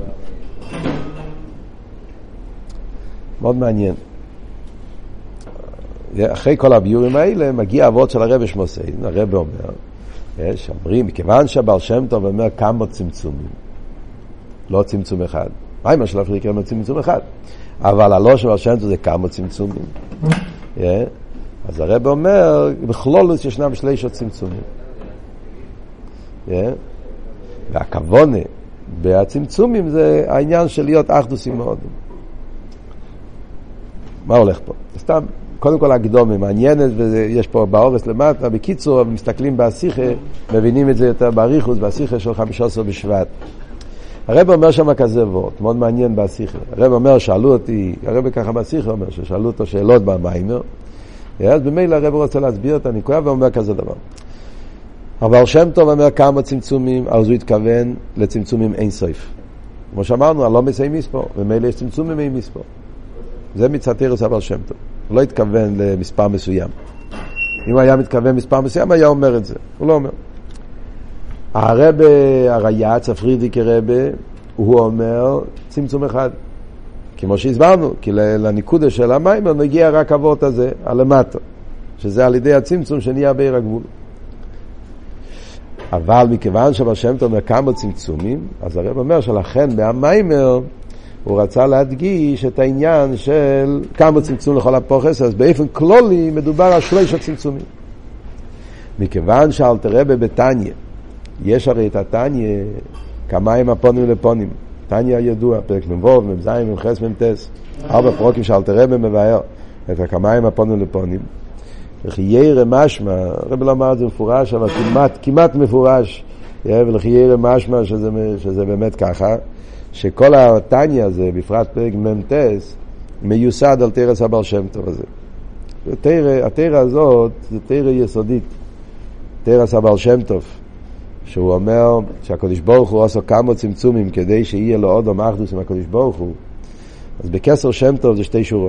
Speaker 1: מאוד מעניין. אחרי כל הביורים האלה מגיע אבות של הרב נשמוסיין. הרב אומר, יש, אומרים, מכיוון שהבעל שם טוב אומר כמה צמצומים, לא צמצום אחד. מה אם השלב פריקר אומר צמצום אחד? אבל הלא של הבעל שם טוב זה כמה צמצומים. אז הרב אומר, בכלולוס ישנם שלישות צמצומים. והכוונה בהצמצומים זה העניין של להיות אחדוסים מאוד. מה הולך פה? סתם, קודם כל הקדומה מעניינת, ויש פה באורס למטה, בקיצור, מסתכלים בשיחה, מבינים את זה יותר בעריכות, בשיחה של חמישה עשר בשבט. הרב אומר שם כזה וורט, מאוד מעניין בשיחה. הרב אומר, שאלו אותי, הרב ככה בשיחה אומר, ששאלו אותו שאלות במיימר, אז במילא הרב רוצה להסביר את הנקודה, ואומר כזה דבר. אבל שם טוב אומר כמה צמצומים, אז הוא התכוון לצמצומים אין סוף. כמו שאמרנו, לא מסיים מספור, ומילא יש צמצומים אין מספור. זה מצטער את אבל שם טוב. הוא לא התכוון למספר מסוים. אם הוא היה מתכוון למספר מסוים, היה אומר את זה. הוא לא אומר. הרב הרייץ, הפרידיק הרב, הוא אומר צמצום אחד. כמו שהסברנו, כי לניקודה של המים נגיע רק אבות הזה, הלמטו, שזה על ידי הצמצום שנהיה בעיר הגבול. אבל מכיוון שבעל שם טוב אומר כמה צמצומים, אז הרב אומר שלכן בהמיימר הוא רצה להדגיש את העניין של כמה צמצום לכל הפוחס, אז באופן כללי מדובר על שלושה צמצומים. מכיוון שאלתר רבי בתניא, יש הרי את התניא כמיים הפונים לפונים, תניא הידוע, פרק מבוב, מבזיים, מבחס, מבטס, ארבע פרוקים שאלתר רבי מבאר את הכמיים הפונים לפונים. וכי ירא משמע, הרב לא אמר את זה מפורש, אבל כמעט, כמעט מפורש, ולכי ירא משמע שזה, שזה באמת ככה, שכל התניא הזה, בפרט פרק ממטס, מיוסד על תרס הבעל שם טוב הזה. התרא, התרא הזאת זה תרא יסודית, תרס הבעל שם טוב, שהוא אומר שהקדוש ברוך הוא עושה כמה צמצומים כדי שיהיה לו עוד אחדות עם הקדוש ברוך הוא. אז בקסר שם טוב זה שתי שורות.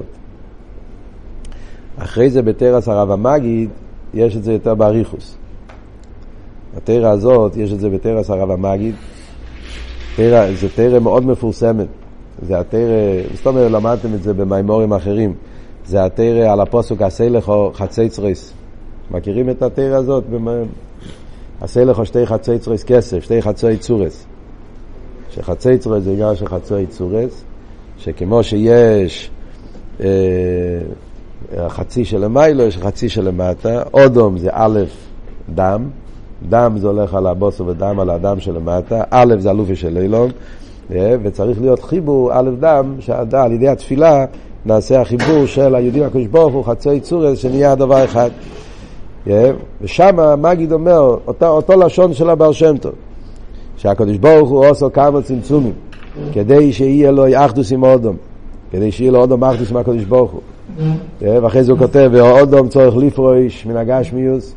Speaker 1: אחרי זה בתרס הרב המגיד יש את זה יותר באריכוס. התרא הזאת יש את זה בתרס הרב המגיד. תרא, זה תרא מאוד מפורסמת. זה התרא, זאת אומרת למדתם את זה במיימורים אחרים. זה התרא על הפסוק עשה לך חצי צרס. מכירים את התרא הזאת? עשה לך שתי חצי צרס כסף, שתי חצי צורס. שחצי צרס זה גם שחצי צורס. שכמו שיש אה, החצי של המיילו, יש חצי של למטה. אודום זה א' דם. דם זה הולך על הבוסו ודם על האדם של למטה. א' זה אלופי של אילון. וצריך להיות חיבור א' דם, שעל ידי התפילה נעשה החיבור של היהודים הקדוש ברוך הוא, חצי צורס, שנהיה הדבר אחד. ושם המגיד אומר, אותו, אותו לשון של הבעל שם טוב, שהקדוש ברוך הוא עושה כמה צמצומים, כדי שיהיה לו אחדות עם אודום, כדי שיהיה לו אודום אחדות עם הקדוש ברוך הוא. ואחרי זה הוא כותב, ואודום צריך לפרוש מן הגשמיוס,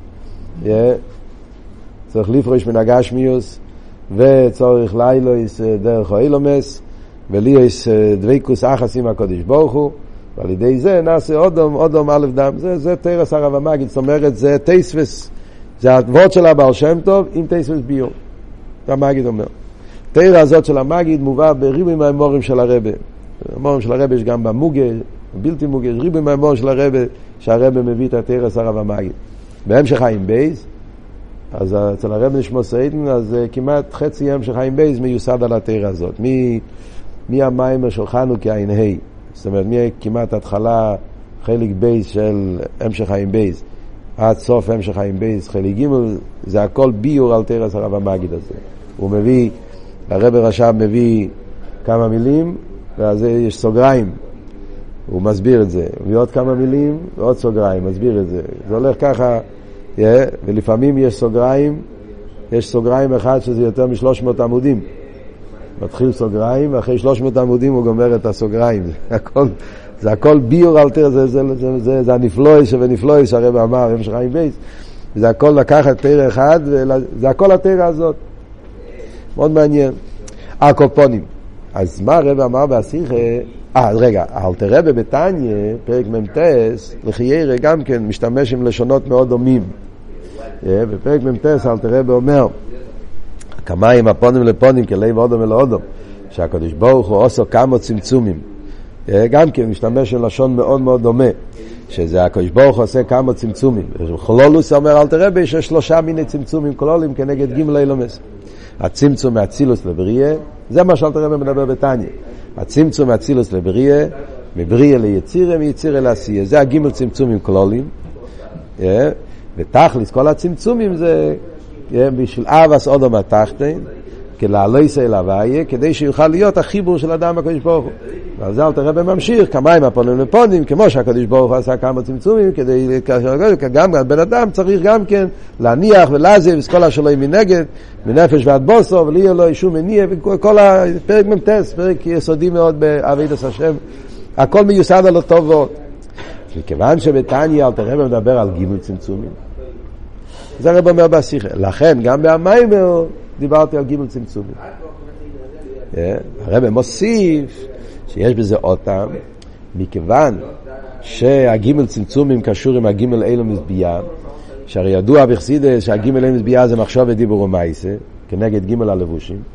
Speaker 1: צריך לפרוש מן הגשמיוס, וצורך לילויס דרך האילומס, ולייס דבקוס אחס עם הקדוש ברוך הוא, ועל ידי זה נעשה אודום, אודום א' דם. זה, זה תרס הרב המגיד, זאת אומרת, זה תספס, זה העבוד של הבעל שם טוב עם תספס ביור. זה המגיד אומר. תרס הזאת של המגיד מובא בריבוי מהאמורים של הרבה. המורים של הרבה יש גם במוגה, בלתי מוגה, יש ריבוי מהאמורים של הרבה, שהרבה מביא את התרס הרב המגיד. בהמשך חיים בייס, אז אצל הרב נשמו סעידן, אז כמעט חצי המשך חיים בייס מיוסד על התרס הזאת. מי, מי המיימר של חנוכה עין ה', זאת אומרת, מי כמעט התחלה חלק בייס של המשך חיים בייס, עד סוף המשך חיים בייס, חלק ג', זה הכל ביור על תרס הרב המגיד הזה. הוא מביא, הרב רש"ב מביא כמה מילים, ואז יש סוגריים, הוא מסביר את זה. הוא מביא עוד כמה מילים, ועוד סוגריים, מסביר את זה. זה הולך ככה, yeah, ולפעמים יש סוגריים, יש סוגריים אחד שזה יותר משלוש מאות עמודים. מתחיל סוגריים, ואחרי שלוש מאות עמודים הוא גומר את הסוגריים. זה הכל, זה הכל ביור אלתר, זה, זה, זה, זה, זה הנפלויס שבנפלויס שהרב אמר, המשך חיים בייס. זה הכל לקחת תרא אחד, זה הכל התרא הזאת. מאוד מעניין. הקופונים. אז מה הרב אמר בהשיחה? אה, רגע, אלתר רבי בתניא, פרק ממטס, לחיירה גם כן משתמש עם לשונות מאוד דומים. בפרק ממטס אלתר רבי אומר, כמיים הפונים לפונים כלב אודום אל אודום, שהקדוש ברוך הוא עושה כמה צמצומים. גם כן משתמש עם לשון מאוד מאוד דומה, שזה הקדוש ברוך הוא עושה כמה צמצומים. חלולוס אומר אלתר רבי שיש שלושה מיני צמצומים כלולים כנגד ג' אילומס. הצמצום מהצילוס לבריאה, זה מה שאלתר רבי מדבר בתניא. הצמצום מהצילוס לבריאה, מבריאה ליצירה, מיצירה לעשייה. זה הגימל צמצומים כלולים. ותכלס כל הצמצומים זה בשביל אבס אודום התחתן, כלעלויס אל הוויה, כדי שיוכל להיות החיבור של אדם הקדוש ברוך הוא. ועל זה אלתר רבי ממשיך, כמיים הפונים לפונים, כמו שהקדוש ברוך הוא עשה כמה צמצומים, כדי, גם בן אדם צריך גם כן להניח ולעזב את כל השלוי מנגד, מנפש ועד בוסו, וליה לא שום מניע, וכל הפרק ממטס, פרק יסודי מאוד בעבודת השם, הכל מיוסד על הטוב ועוד. מכיוון שבתניא אלתר רבי מדבר על גימל צמצומים, זה הרב אומר בשיחה. לכן גם בהמיימר דיברתי על גימל צמצומים. הרב מוסיף שיש בזה אותם, מכיוון שהגימל צמצומים קשור עם הגימל אילומס ביאה, שהרי ידוע בחסידות שהגימל אילומס ביאה זה מחשב ודיבור ומעשה, כנגד גימל הלבושים,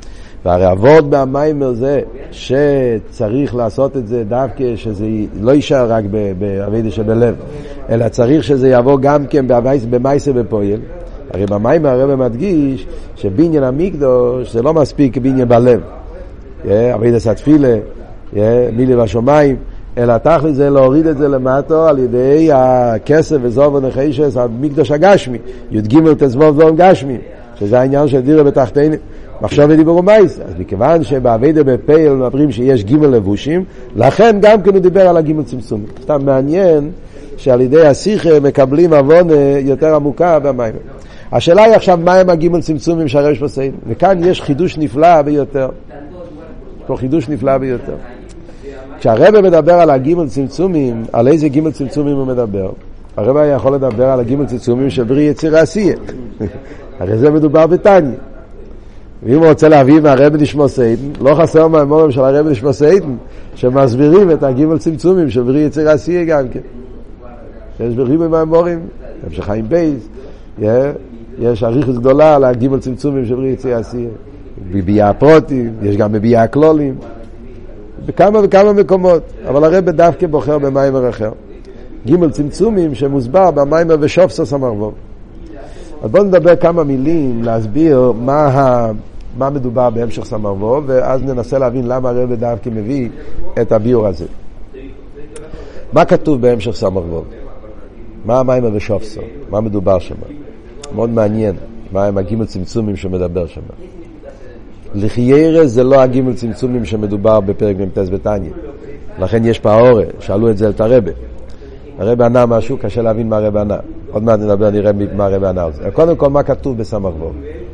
Speaker 1: והרי עבוד במיימר זה שצריך לעשות את זה דווקא שזה לא יישאר רק בעבודה שבלב, אלא צריך שזה יבוא גם כן במייסה בפועל. הרי במיימר הרב מדגיש שבניין המקדוש זה לא מספיק בניין בלב, עבודת התפילה, מילי בשמיים, אלא תכלית זה להוריד את זה למטה על ידי הכסף וזוב ונחשס, המקדוש הגשמי, י"ג תזבוב דום גשמי, שזה העניין של דירה בתחתינו, מחשב ודיבור ומייס. אז מכיוון שבעבודה בפועל מדברים שיש ג' לבושים, לכן גם כן הוא דיבר על הג' צמצום. סתם מעניין שעל ידי השיחה מקבלים עוונה יותר עמוקה במים. השאלה היא עכשיו מה הם הג' צמצומים שהרב מסעיד, וכאן יש חידוש נפלא ביותר. יש פה חידוש נפלא ביותר. כשהרב מדבר על הג' צמצומים, על איזה ג' צמצומים הוא מדבר? הרב היה יכול לדבר על הג' צמצומים של בריא יציר עשייה. הרי זה מדובר בתניא. ואם הוא רוצה להביא מהרב נשמע סיידן, לא חסר מהמורים של הרב נשמע סיידן, שמסבירים את הג' צמצומים של בריא יציר עשייה גם כן. יש בריבוי מהמורים, יש חיים בייס, יש אריכות גדולה על הג' צמצומים של בריא יציר עשייה. בביעה הפרוטים, יש גם בביעה הכלולים. בכמה וכמה מקומות, אבל הרב דווקא בוחר במיימר אחר. ג' צמצומים שמוסבר במיימר ושופסוס המרבוב. אז בואו נדבר כמה מילים להסביר מה, ה... מה מדובר בהמשך סמרבוב, ואז ננסה להבין למה הרב דווקא מביא את הביור הזה. מה כתוב בהמשך סמרבוב? מה המיימר ושופסוס? מה מדובר שם? מאוד מעניין מה הם הג' צמצומים שמדבר שם. לחיירה זה לא הג' צמצומים שמדובר בפרק במתס בתניא. לכן יש פעורה, שאלו את זה את הרב. הרב ענה משהו, קשה להבין מה הרב ענה. עוד מעט נדבר, נראה מה הרב ענה. קודם כל, מה כתוב בסמרבוב?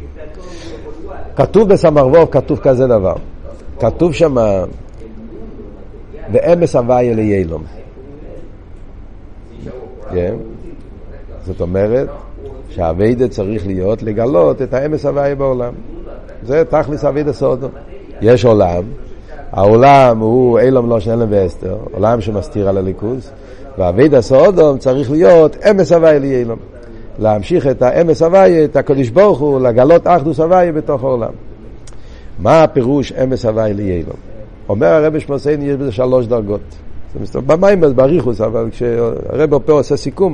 Speaker 1: כתוב בסמרבוב, כתוב כזה דבר. כתוב שם, ואמס הוויה ליילום. זאת אומרת, שהעבודה צריך להיות לגלות את האמס הוויה בעולם. זה תכלס עבודת סודום. יש עולם, העולם הוא אילום לא שאין להם ואסתר, עולם שמסתיר על הליכוז, ועבודת סודום צריך להיות אמס הוויה ליילום. להמשיך את האמס הוויה, את הקדוש ברוך הוא, לגלות אחדוס הוויה בתוך העולם. מה הפירוש אמס הוויה ליילום? אומר הרב שמוסיין, יש בזה שלוש דרגות. במים בריחוס, אבל כשהרב פה עושה סיכום,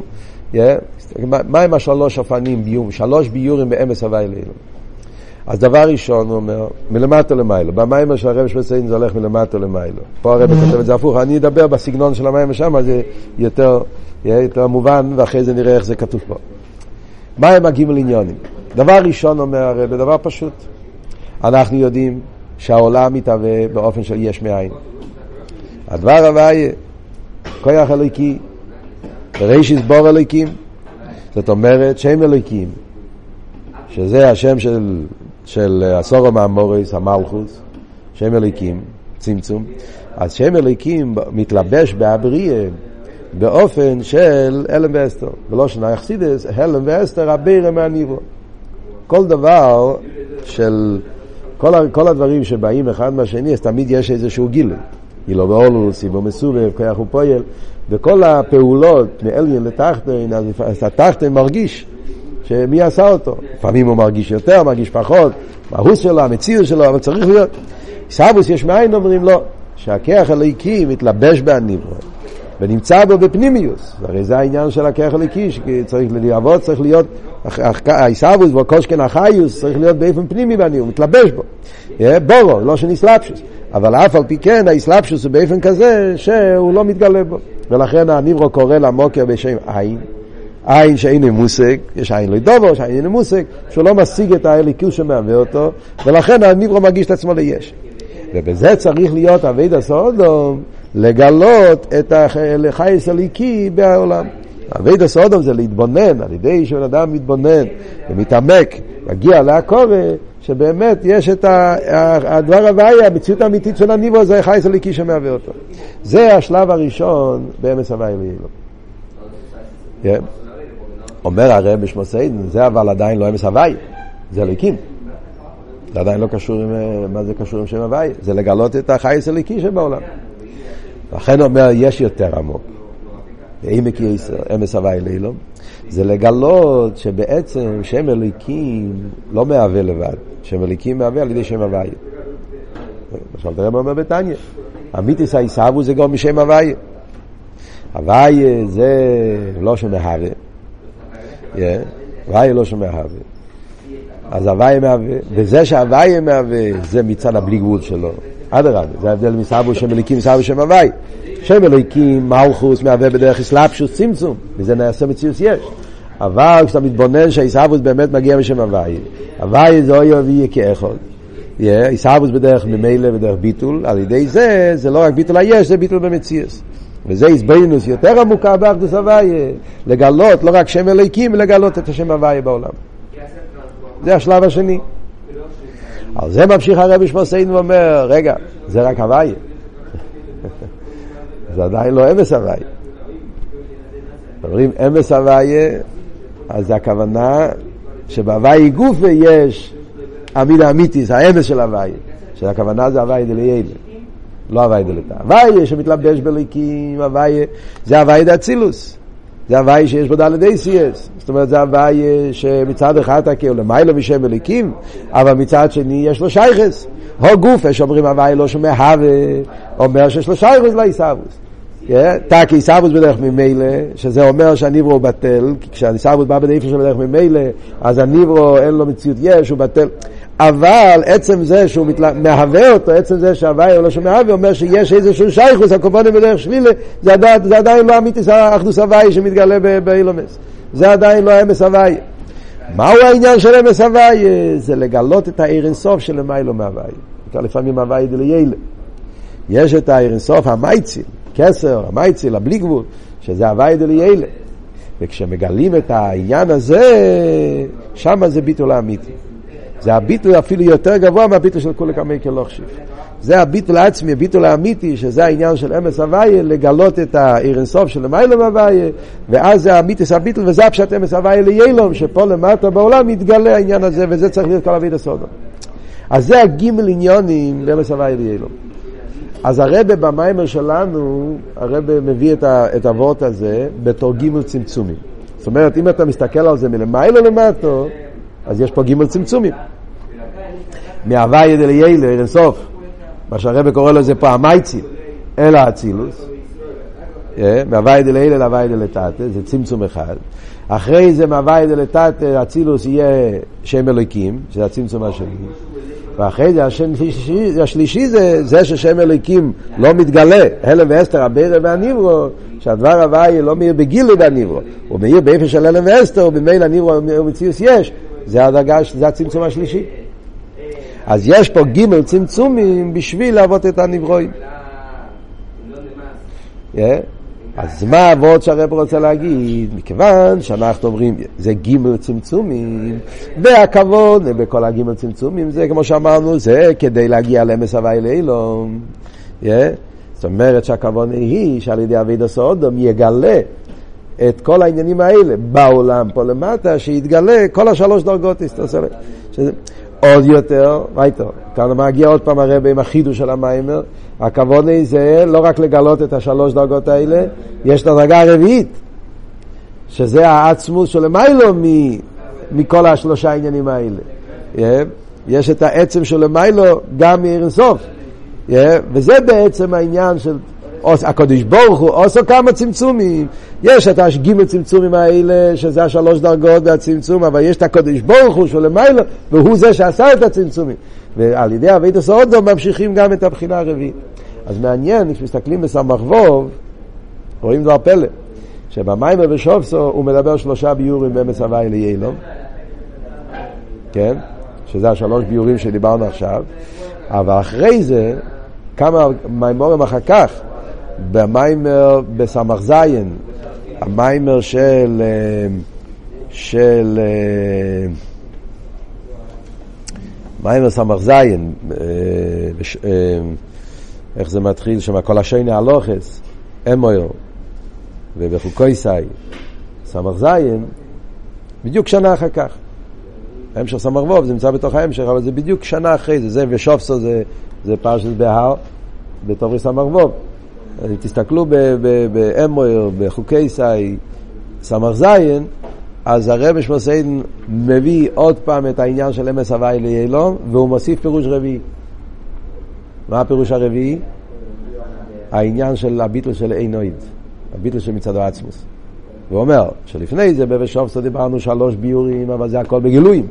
Speaker 1: מה הם השלוש אופנים ביום? שלוש ביורים באמס הוויה ליילום. אז דבר ראשון הוא אומר, מלמטה למיילו. במיימר של הרב שמוסיין זה הולך מלמטה למיילו. פה הרב כותב את זה הפוך. אני אדבר בסגנון של המיימר שם, אז זה יותר, יותר מובן, ואחרי זה נראה איך זה כתוב פה. מה הם הגימל עניונים? דבר ראשון אומר הרב, דבר פשוט. אנחנו יודעים שהעולם מתהווה באופן של יש מאין. הדבר הוויה, כוח אלוקי, בראשית בור אלוקים, זאת אומרת שם אלוקים, שזה השם של, של עשור המאמורס, המלכוס, שם אלוקים, צמצום. אז שם אלוקים מתלבש בהבריא באופן של הלם ואסתר. ולא שנה יחסידס, הלם ואסתר הבירה מהניבו. כל דבר של, כל, כל הדברים שבאים אחד מהשני, אז תמיד יש איזשהו גיל. גילו ואולוס, סיבו מסובב, כוח ופועל. וכל הפעולות מאליין לתחתן, אז התחתן מרגיש שמי עשה אותו. לפעמים הוא מרגיש יותר, מרגיש פחות, מהוס שלו, המציר שלו, אבל צריך להיות. סבוס יש מאין אומרים לו, שהכוח הליקי מתלבש בהניברו, ונמצא בו בפנימיוס. הרי זה העניין של הכוח הליקי, שצריך לעבוד, צריך להיות, היסבוס והקושכן החיוס, צריך להיות באופן פנימי בהניברו, מתלבש בו. בורו, לא שנסלבשוס. אבל אף על פי כן, היסלבשוס הוא באופן כזה, שהוא לא מתגלה בו. ולכן הניברו קורא למוקר בשם עין, עין שאין מושג, יש עין לא דובר, יש עין מושג, שהוא לא משיג את האליקוס שמהווה אותו, ולכן הניברו מרגיש את עצמו ליש. ובזה צריך להיות עבודת סודום, לגלות את החייס אליקי בעולם. עבודת סודום זה להתבונן, על ידי שבן אדם מתבונן ומתעמק, מגיע להקורא, שבאמת יש את הדבר הוויה, המציאות האמיתית של הניברו, זה החייס אליקי שמהווה אותו. זה השלב הראשון באמס הוויה ליילום. כן? אומר הרב בשמוסיין, זה אבל עדיין לא אמס הוויה, זה אלוקים. זה עדיין לא קשור עם, מה זה קשור עם שם הוויה? זה לגלות את החייס אליקי שבעולם. לכן אומר, יש יותר עמוק. בעמק יסר, אמס הוויה ליילום, זה לגלות שבעצם שם אליקים לא מהווה לבד. שם אליקים מהווה על ידי שם הוויה. למשל תראה מה אומר בתניא, אמיתיס העיסאוו זה גם משם הוויה. הוויה זה לא שמהווה, הוויה לא שמהווה, אז הוויה מהווה, וזה שההוויה מהווה זה מצד הבלי גבול שלו, עד הרבה, זה ההבדל מסעבו שם אליקים מסעבו שם הוויה. שם אליקים מלכוס מהווה בדרך אסלאפשוס צמצום, וזה נעשה מציאוס יש. אבל כשאתה מתבונן שהאיסאוווס באמת מגיע משם הוויה, הוויה זה אוי אוהבי כאחד, איסאוווס בדרך ממילא בדרך ביטול, על ידי זה, זה לא רק ביטול היש, זה ביטול במציאוס. וזה הסבינוס יותר עמוקה באחדוס הוויה, לגלות לא רק שם אליקים, לגלות את השם הוויה בעולם. זה השלב השני. על זה ממשיך הרבי שמוסיין ואומר, רגע, זה רק הוויה. זה עדיין לא אמס הוויה. אומרים אמס הוויה, אז זה הכוונה שבהוויה גופה יש המילה אמיתיס, האמס של הוויה. שהכוונה זה הוויה דליילה. לא הוויה דלתה. הוויה שמתלבש בליקים, הוויה, זה הוויה דאצילוס. זה הוויה שיש בו דלת אייסייס. זאת אומרת, זה הוויה שמצד אחד תקה הוא למיילו משם בליקים, אבל מצד שני יש לו שייכס. הו גופה שאומרים הוויה לא שומע הווה, אומר שיש לו שייכס לאיסאוווס. תק איסאוווס בדרך ממילא, שזה אומר שהניברו הוא בטל, כי כשהאיסאוווס בא בדרך של בדרך ממילא, אז הניברו אין לו מציאות יש, הוא בטל. אבל עצם זה שהוא מהווה אותו, עצם זה שהוויה לא שמהווה, אומר שיש איזשהו שייכוס, הקורבנות בדרך שלילה, זה עדיין, זה עדיין לא אמיתיס האחדוס הוויה שמתגלה באילומס. זה עדיין לא אמס הוויה. מהו העניין של אמס הוויה? זה לגלות את העיר אינסוף של למיילו מהוויה. לפעמים הוויה דליילה. יש את העיר אינסוף המייציל, כסר, המייציל, הבלי גבול, שזה הוויה דליילה. וכשמגלים את העניין הזה, שם זה ביטול האמיתי. זה הביטול אפילו יותר גבוה מהביטול של כולי כמי כלוכשיב. זה הביטול העצמי, הביטול האמיתי, שזה העניין של אמס הוויה, לגלות את העיר אינסוף של למיילו מהוויה, ואז זה האמיתיס הביטול, וזה הפשט אמס הוויה ליילום, שפה למטה בעולם מתגלה העניין הזה, וזה צריך להיות כל אבית הסודו. אז זה הגימל עניונים באמס הוויה ליילום. אז הרב במיימר שלנו, הרב מביא את, ה, את הוות הזה בתור גימל צמצומים. זאת אומרת, אם אתה מסתכל על זה מלמיילו למטו, אז יש פה גימל צמצומים. מהוויה דליילה, עיר אינסוף, מה שהרב קורא לו זה פה המייציל, אלא הצילוס. מהוויה דליילה להוויה דלתתה, זה צמצום אחד. אחרי זה מהוויה דלתתה, הצילוס יהיה שם אלוקים, שזה הצמצום השני. ואחרי זה השם השלישי זה, זה ששם אלוקים לא מתגלה, הלם ואסתר, הבירה והניברו, שהדבר הוויה לא מאיר בגילי בניברו, הוא מאיר באיפה של הלם ואסתר, ובמילא הניברו ומציאוס יש, זה הדרגה, זה הצמצום השלישי. אז יש פה גימל צמצומים בשביל לעבוד את הנברואים. Yeah. אז מה העבוד שהרב רוצה להגיד? מכיוון שאנחנו אומרים, זה גימל צמצומים, והכבוד בכל הגימל צמצומים, זה כמו שאמרנו, זה כדי להגיע לאמס הוויה לאילום. Yeah. זאת אומרת שהכבוד היא שעל ידי עבודת סודום יגלה את כל העניינים האלה בעולם פה למטה, שיתגלה כל השלוש דרגות. שזה עוד יותר, וייטו, כאן מגיע עוד פעם הרב עם החידוש של המיימר, הכוונה זה לא רק לגלות את השלוש דרגות האלה, יש את הדרגה הרביעית, שזה העצמות של למיילו מכל השלושה העניינים האלה. יש את העצם של למיילו גם מעיר אינסוף, וזה בעצם העניין של הקדוש ברוך הוא עושה כמה צמצומים. יש את הגימל צמצומים האלה שזה השלוש דרגות והצמצום, אבל יש את הקדוש ברוך הוא שלמיילו, והוא זה שעשה את הצמצומים, ועל ידי עבודת סודום ממשיכים גם את הבחינה הרביעית. אז מעניין, כשמסתכלים בסמ"ך ווב, רואים דבר פלא, שבמיימר ושופסו הוא מדבר שלושה ביורים באמס הוויה ליילום, כן, שזה השלוש ביורים שדיברנו עכשיו, אבל אחרי זה כמה מיימורים אחר כך, במיימר בסמ"ך זין, המיימר של של מיימר סמ"ך זין, איך זה מתחיל שם, כל השני הלוחס אמויר ובחוקוי סי סמ"ך זין, בדיוק שנה אחר כך. המשך סמ"ך ווב זה נמצא בתוך ההמשך, אבל זה בדיוק שנה אחרי זה. זה ושופסו זה, זה פרשת בהר בתורי סמ"ך ווב. תסתכלו באמויר, בחוקי סי סמ"ך זין, אז הרב שמוסיין מביא עוד פעם את העניין של אמס הוויה ליילום, והוא מוסיף פירוש רביעי. מה הפירוש הרביעי? העניין של הביטל של אינויד, הביטל של מצד העצמוס. הוא אומר שלפני זה בבשופסו דיברנו שלוש ביורים, אבל זה הכל בגילויים.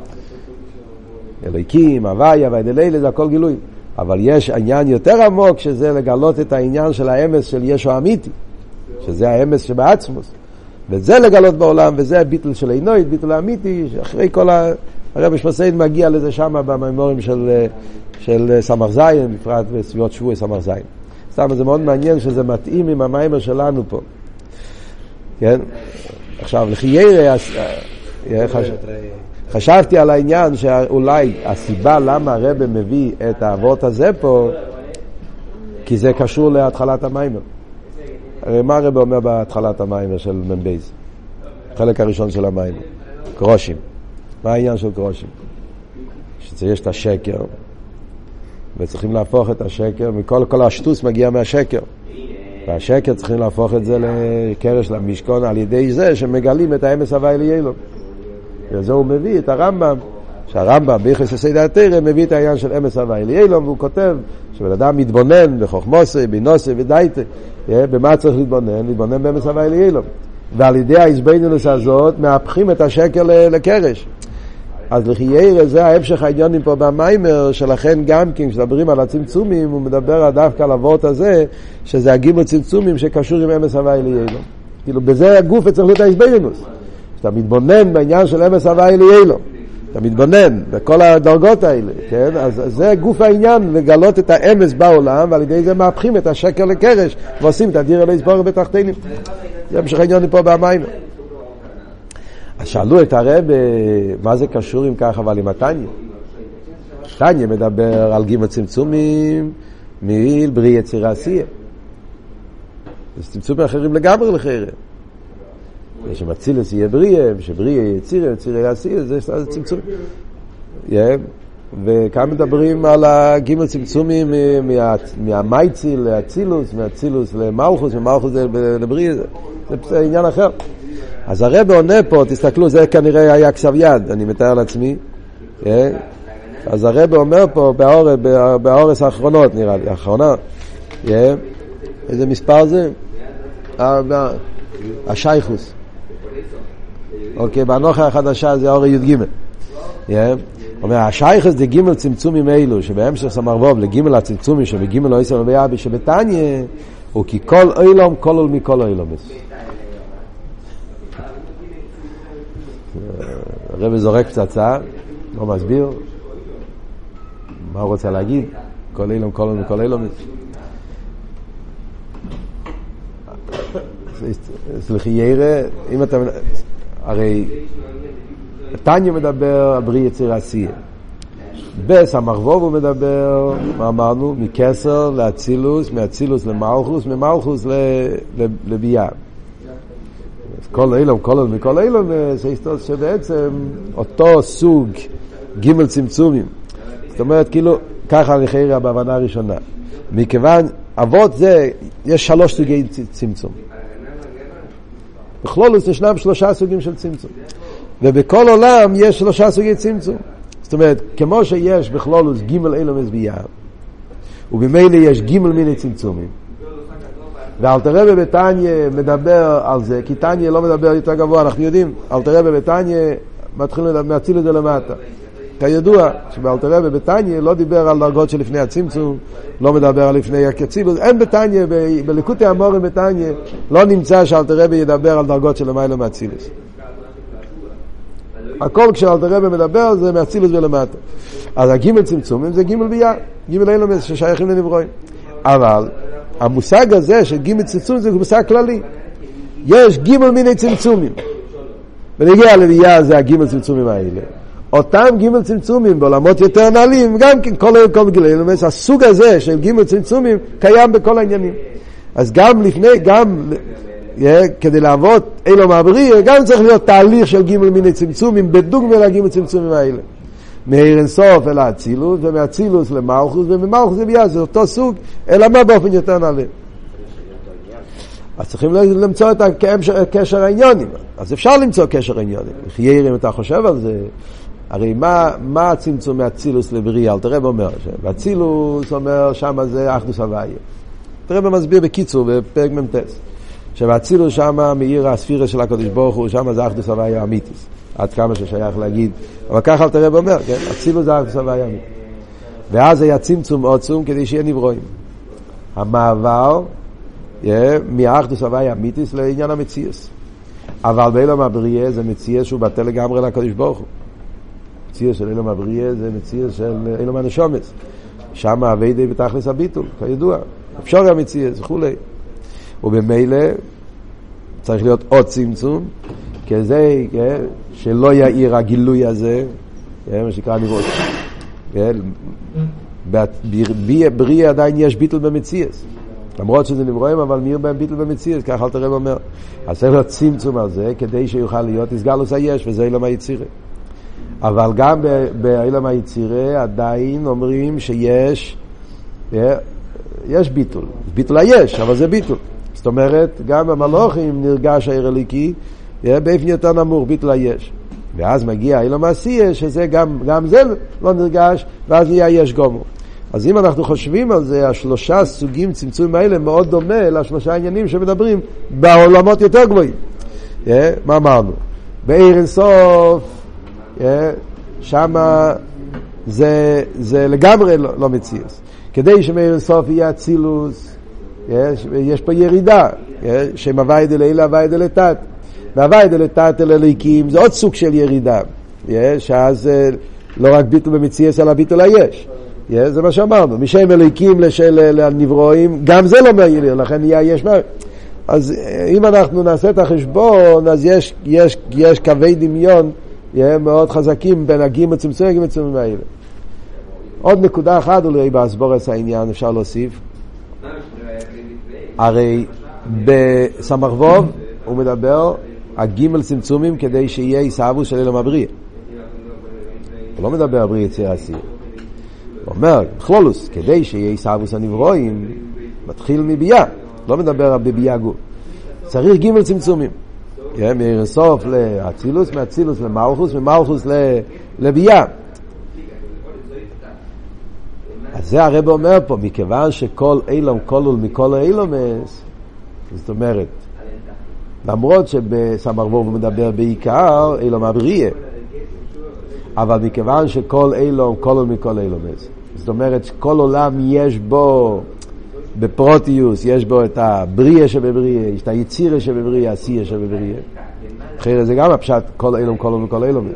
Speaker 1: אלוהיקים, הוויה והדלילה, זה הכל גילויים. אבל יש עניין יותר עמוק, שזה לגלות את העניין של האמס של ישו אמיתי, שזה האמס שבעצמוס. וזה לגלות בעולם, וזה הביטל של אינויד, ביטל האמיתי, אחרי כל ה... הרב שמסיין מגיע לזה שם בממורים של, של סמך זין, בפרט בסביבות שבועי סמך זין. סתם זה מאוד מעניין שזה מתאים עם המיימר שלנו פה. כן? עכשיו, לחיירה, חש... חשבתי על העניין שאולי הסיבה למה הרב מביא את האבות הזה פה, כי זה קשור להתחלת המיימר. הרי מה הרב אומר בהתחלת המיימר של ממבייז? חלק הראשון של המיימר. קרושים. מה העניין של קרושים? שיש את השקר, וצריכים להפוך את השקר, מכל כל השטוס מגיע מהשקר. והשקר צריכים להפוך את זה לקרש למשכון על ידי זה שמגלים את האמס הווי ליילום. וזה הוא מביא את הרמב"ם, שהרמב"ם ביחס לסיידא תרא מביא את העניין של אמס הווי ליילום, והוא כותב שבן אדם מתבונן בחוכמוסי, בינוסי ודייטי, במה צריך להתבונן? להתבונן באמס הווי ליילום. ועל ידי ההסבינינוס הזאת מהפכים את השקר לקרש. אז לחיירה זה ההמשך העניונים פה במיימר, שלכן גם כן כשדברים על הצמצומים הוא מדבר דווקא על הוות הזה, שזה הגימל צמצומים שקשור עם אמס הווי ליילום. כאילו בזה הגוף צריך להיות ההסבינינוס. כשאתה מתבונן בעניין של אמס הווי ליילום, אתה מתבונן בכל הדרגות האלה, כן? אז זה גוף העניין, לגלות את האמס בעולם, ועל ידי זה מהפכים את השקר לקרש, ועושים את הדיר אלי סבור בתחתינים. זה המשך העניונים פה במיימר. אז שאלו את הרב, מה זה קשור עם כך, אבל עם התניא? התניא מדבר על גימל צמצומים, מיל בריא יצירה עשייה. זה צמצומים אחרים לגמרי לחיירה. שמצילס יהיה בריא, שבריא יהיה יצירה, יצירה יהיה עשייה, זה צמצומים. וכאן מדברים על הגימל צמצומים מהמייציל לאצילוס, מהאצילוס למלכוס, ומלכוס לבריא, זה עניין אחר. אז הרב עונה פה, תסתכלו, זה כנראה היה כסב יד, אני מתאר לעצמי. אז הרב אומר פה, באורס האחרונות נראה לי, האחרונה, איזה מספר זה? השייכוס. אוקיי, באנוכה החדשה זה האור י' ג'. אומר, השייכוס זה ג' צמצומים אלו, שבהמשך סמרבוב לג' הצמצומים שבג' לא יסר וביאבי שבתניה, הוא כי כל אילום כולל מכל אילומס. הרב זורק פצצה, לא מסביר מה הוא רוצה להגיד, כל אילום כולל מכל אילומס. סליחי ירא, אם אתה... הרי תניא מדבר על בריא יצירה עשייה. בס המחבוב הוא מדבר, מה אמרנו? מקסר לאצילוס, מאצילוס למלכוס, ממלכוס לביאה. כל אילום, כל אילום, כל אילום, זה היסטוריה שבעצם אותו סוג ג' צמצומים. זאת אומרת, כאילו, ככה אני חיירה בהבנה הראשונה. מכיוון, אבות זה, יש שלוש סוגי צמצום. בכלולוס ישנם שלושה סוגים של צמצום. ובכל עולם יש שלושה סוגי צמצום. זאת אומרת, כמו שיש בכלולוס ג' אילום הסבייה, ובמילא יש ג' מיני צמצומים. ואלתר רבי בתניא מדבר על זה, כי תניא לא מדבר יותר גבוה, אנחנו יודעים, אלתר רבי בתניא מתחיל להציל את זה למטה. כידוע, שבאלתר רבי בתניא לא דיבר על דרגות שלפני הצמצום, לא מדבר על לפני הקצילוס, אין בתניא, בליקוטי המורים בתניא, לא נמצא שאלתר רבי ידבר על דרגות של למעלה מהצילוס. הכל כשאלתר רבי מדבר זה מהצילוס ולמטה. אז הגימל צמצומים זה גימל בייה, גימל אילומס ששייכים לנברואים. אבל המושג הזה של גימל צמצומים זה מושג כללי. יש גימל מיני צמצומים. ונגיע לבייה זה הגימל צמצומים האלה. אותם גימל צמצומים בעולמות יותר נעלים, גם כן כל כל גיל אילומס, הסוג הזה של גימל צמצומים קיים בכל העניינים. אז גם לפני, גם כדי לעבוד אילום הבריא, גם צריך להיות תהליך של גימל מיני צמצומים, בדוגמה לגימל צמצומים האלה. מאיר אינסוף אל האצילוס, ומהאצילוס למלכוס, וממלכוס לביאה, זה אותו סוג, אלא מה באופן יותר נעלה. אז צריכים למצוא את הקשר העניונים. אז אפשר למצוא קשר העניונים. חיירים, אתה חושב על זה, הרי מה, מה הצמצום מהצילוס לבריאה? אל תראה אומר, והצילוס אומר שמה זה אחדוס הוויה. תראה במסביר בקיצור בפרק ממתס. שהצילוס שמה מאיר הספירה של הקדוש ברוך הוא, שמה זה אחדוס הוויה אמיתיס. עד כמה ששייך להגיד. אבל ככה אל תראה אומר, כן? הצילוס זה אחדוס הוויה אמיתיס. ואז היה צמצום עוצום כדי שיהיה נברואים. המעבר מהאחדוס הוויה אמיתיס לעניין המציאס. אבל באילום הבריאה זה מציאס שהוא בטל לגמרי לקדוש ברוך הוא. מציאס של אילום הבריאה זה מציאס של אילום הנשומס. שם הווידי בתכלס הביטול, כידוע. אפשר המציאס וכולי. ובמילא צריך להיות עוד צמצום, כזה שלא יאיר הגילוי הזה, מה שקרא נברות. בבריאה עדיין יש ביטול במציאס. למרות שזה נברואים, אבל מאיר בהם ביטל במציאות, ככה אל תראה אומר. אז צריך להיות צמצום על זה, כדי שיוכל להיות הסגלוס היש, וזה אילום היצירה. אבל גם באילום היצירה עדיין אומרים שיש, יש ביטול. ביטול היש, אבל זה ביטול. זאת אומרת, גם במלוכים נרגש העיר אליקי, באופן יותר נמוך, ביטול היש. ואז מגיע אילום העשייה, שזה גם, גם זה לא נרגש, ואז נהיה יש גומו. אז אם אנחנו חושבים על זה, השלושה סוגים צמצומים האלה מאוד דומה לשלושה עניינים שמדברים בעולמות יותר גבוהים. Yeah, מה אמרנו? בעיר אינסוף, yeah, שמה זה, זה לגמרי לא, לא מציאס. כדי שמעיר אינסוף יהיה אצילוס, yeah, יש פה ירידה, yeah, שם הווידה לילה הווידה לתת. והווידה לתת אל הליקים זה עוד סוג של ירידה. Yeah, שאז לא רק ביטול במציאס אלא ביטול היש. Yeah, זה מה שאמרנו, משם אליקים לנברואים, גם זה לא מעיר, לכן יהיה יש מה. אז אם אנחנו נעשה את החשבון, אז יש, יש, יש קווי דמיון yeah, מאוד חזקים בין הגימל צמצומים והגימל צמצומים האלה. עוד נקודה אחת אולי בהסבורס העניין אפשר להוסיף. הרי בסמ"ך ווב הוא מדבר הגימל צמצומים כדי שיהיה עיסאוווס של אילום הבריאה. הוא לא מדבר בריאה יצירה עשייה. הוא אומר, בכלולוס, כדי שיהיה עיסאוווס הנברואים, מתחיל מבייה. לא מדבר בבייה גוף. צריך גימל צמצומים. מאיר סוף לאצילוס, מאצילוס למלכוס, ממלכוס לבייה. אז זה הרב אומר פה, מכיוון שכל אילום כלול מכל האילומס, זאת אומרת, למרות שבסמ"ך ווב הוא מדבר בעיקר אילום הבריאה, אבל מכיוון שכל אילום כלול מכל אילומס, זאת אומרת שכל עולם יש בו בפרוטיוס, יש בו את הבריאה שבבריאה, יש את היצירה שבבריאה, העשייה שבבריאה. אחרי זה גם הפשט כל אילום כלול מכל אילומס.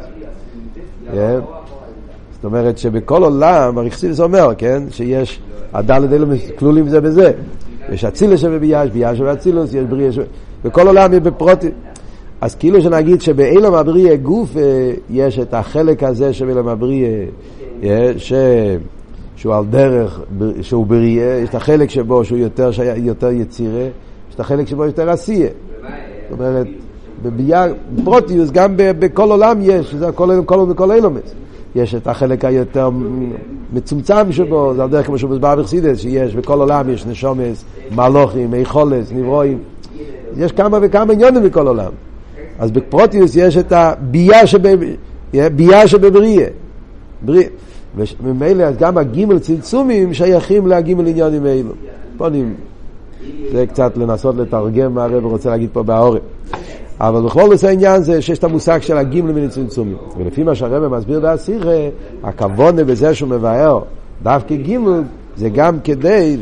Speaker 1: זאת אומרת שבכל עולם, הריכסידס אומר, כן, שיש הדלת אילומס כלולים זה בזה. יש הצילה שבבייה, יש בייה שבאצילוס, יש בריאה שבבריאה. בכל עולם יש בפרוטיוס. אז כאילו שנגיד שבאילום הבריאה גוף יש את החלק הזה שבאילום הבריאה ש... שהוא על דרך, שהוא בריאה, יש את החלק שבו שהוא יותר, יותר יצירה, יש את החלק שבו יותר עשייה. זאת אומרת, בבייה, פרוטיוס, גם בכל עולם יש, זה כל אילום, כל אילום, כל אילומס. יש את החלק היותר מצומצם שבו, זה על דרך כמו שהוא מסבר בחסידות, שיש בכל עולם יש נשומס, מלוכים, איכולס, נברואים. יש כמה וכמה עניונים בכל עולם. אז בפרוטיוס יש את הבייה שבבייה שבבריאה. בריאה. וממילא גם הגימל צמצומים שייכים להגימל עניונים האלו. פונים. זה קצת לנסות לתרגם מה הרב רוצה להגיד פה באורם. אבל בכל נושא העניין זה שיש את המושג של הגימל וצמצומים. ולפי מה שהרב מסביר בעשירה, הכוונה בזה שהוא מבאר דווקא גימל, זה גם כדי,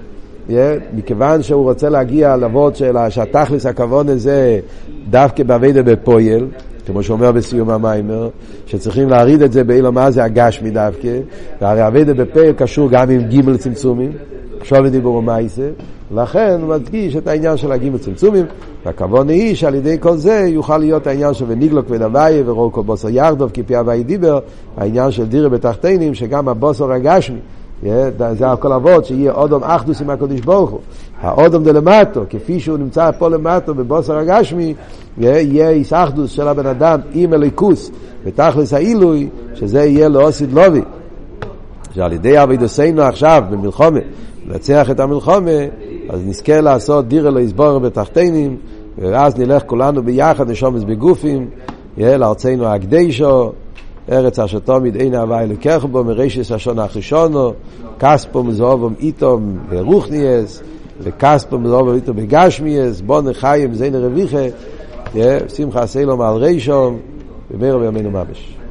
Speaker 1: מכיוון שהוא רוצה להגיע לעבוד שהתכלס הכוונה זה דווקא בעבודה בפועל, כמו שאומר בסיום המיימר, שצריכים להריד את זה באילום מה זה הגשמי דווקא, והרי עבודה בפועל קשור גם עם גימל צמצומים, קשור לדיבור ומייסה, לכן הוא מדגיש את העניין של הגימל צמצומים, והכוונה היא שעל ידי כל זה יוכל להיות העניין של וניגלוק ודווי ורואו כל בוסר ירדוב כפי הווי דיבר, העניין של דירה בתחתינים, שגם הבוסר הגשמי, זה הכל עבוד, שיהיה אודום אחדוס עם הקדוש ברוך הוא. האודום דלמטו, כפי שהוא נמצא פה למטו בבוסר הגשמי, יהיה איס אחדוס של הבן אדם עם אליקוס, ותכלס העילוי, שזה יהיה לאוסיד לובי. שעל ידי עבודתנו עכשיו במלחמה, לנצח את המלחמה, אז נזכה לעשות דירה לא יסבור בתחתינים, ואז נלך כולנו ביחד נשומס בגופים, יהיה לארצנו הקדשו, ארץ אשר תמיד אין הווי אלוקיך בו מרשס השון הראשונו, כספו מזהובם איתום ברוחניאס, וכספו מזהובם איתום בגשמיאס, בון חיים זין רוויחה, שמחה סלום על רישום, במהרה בימינו ממש.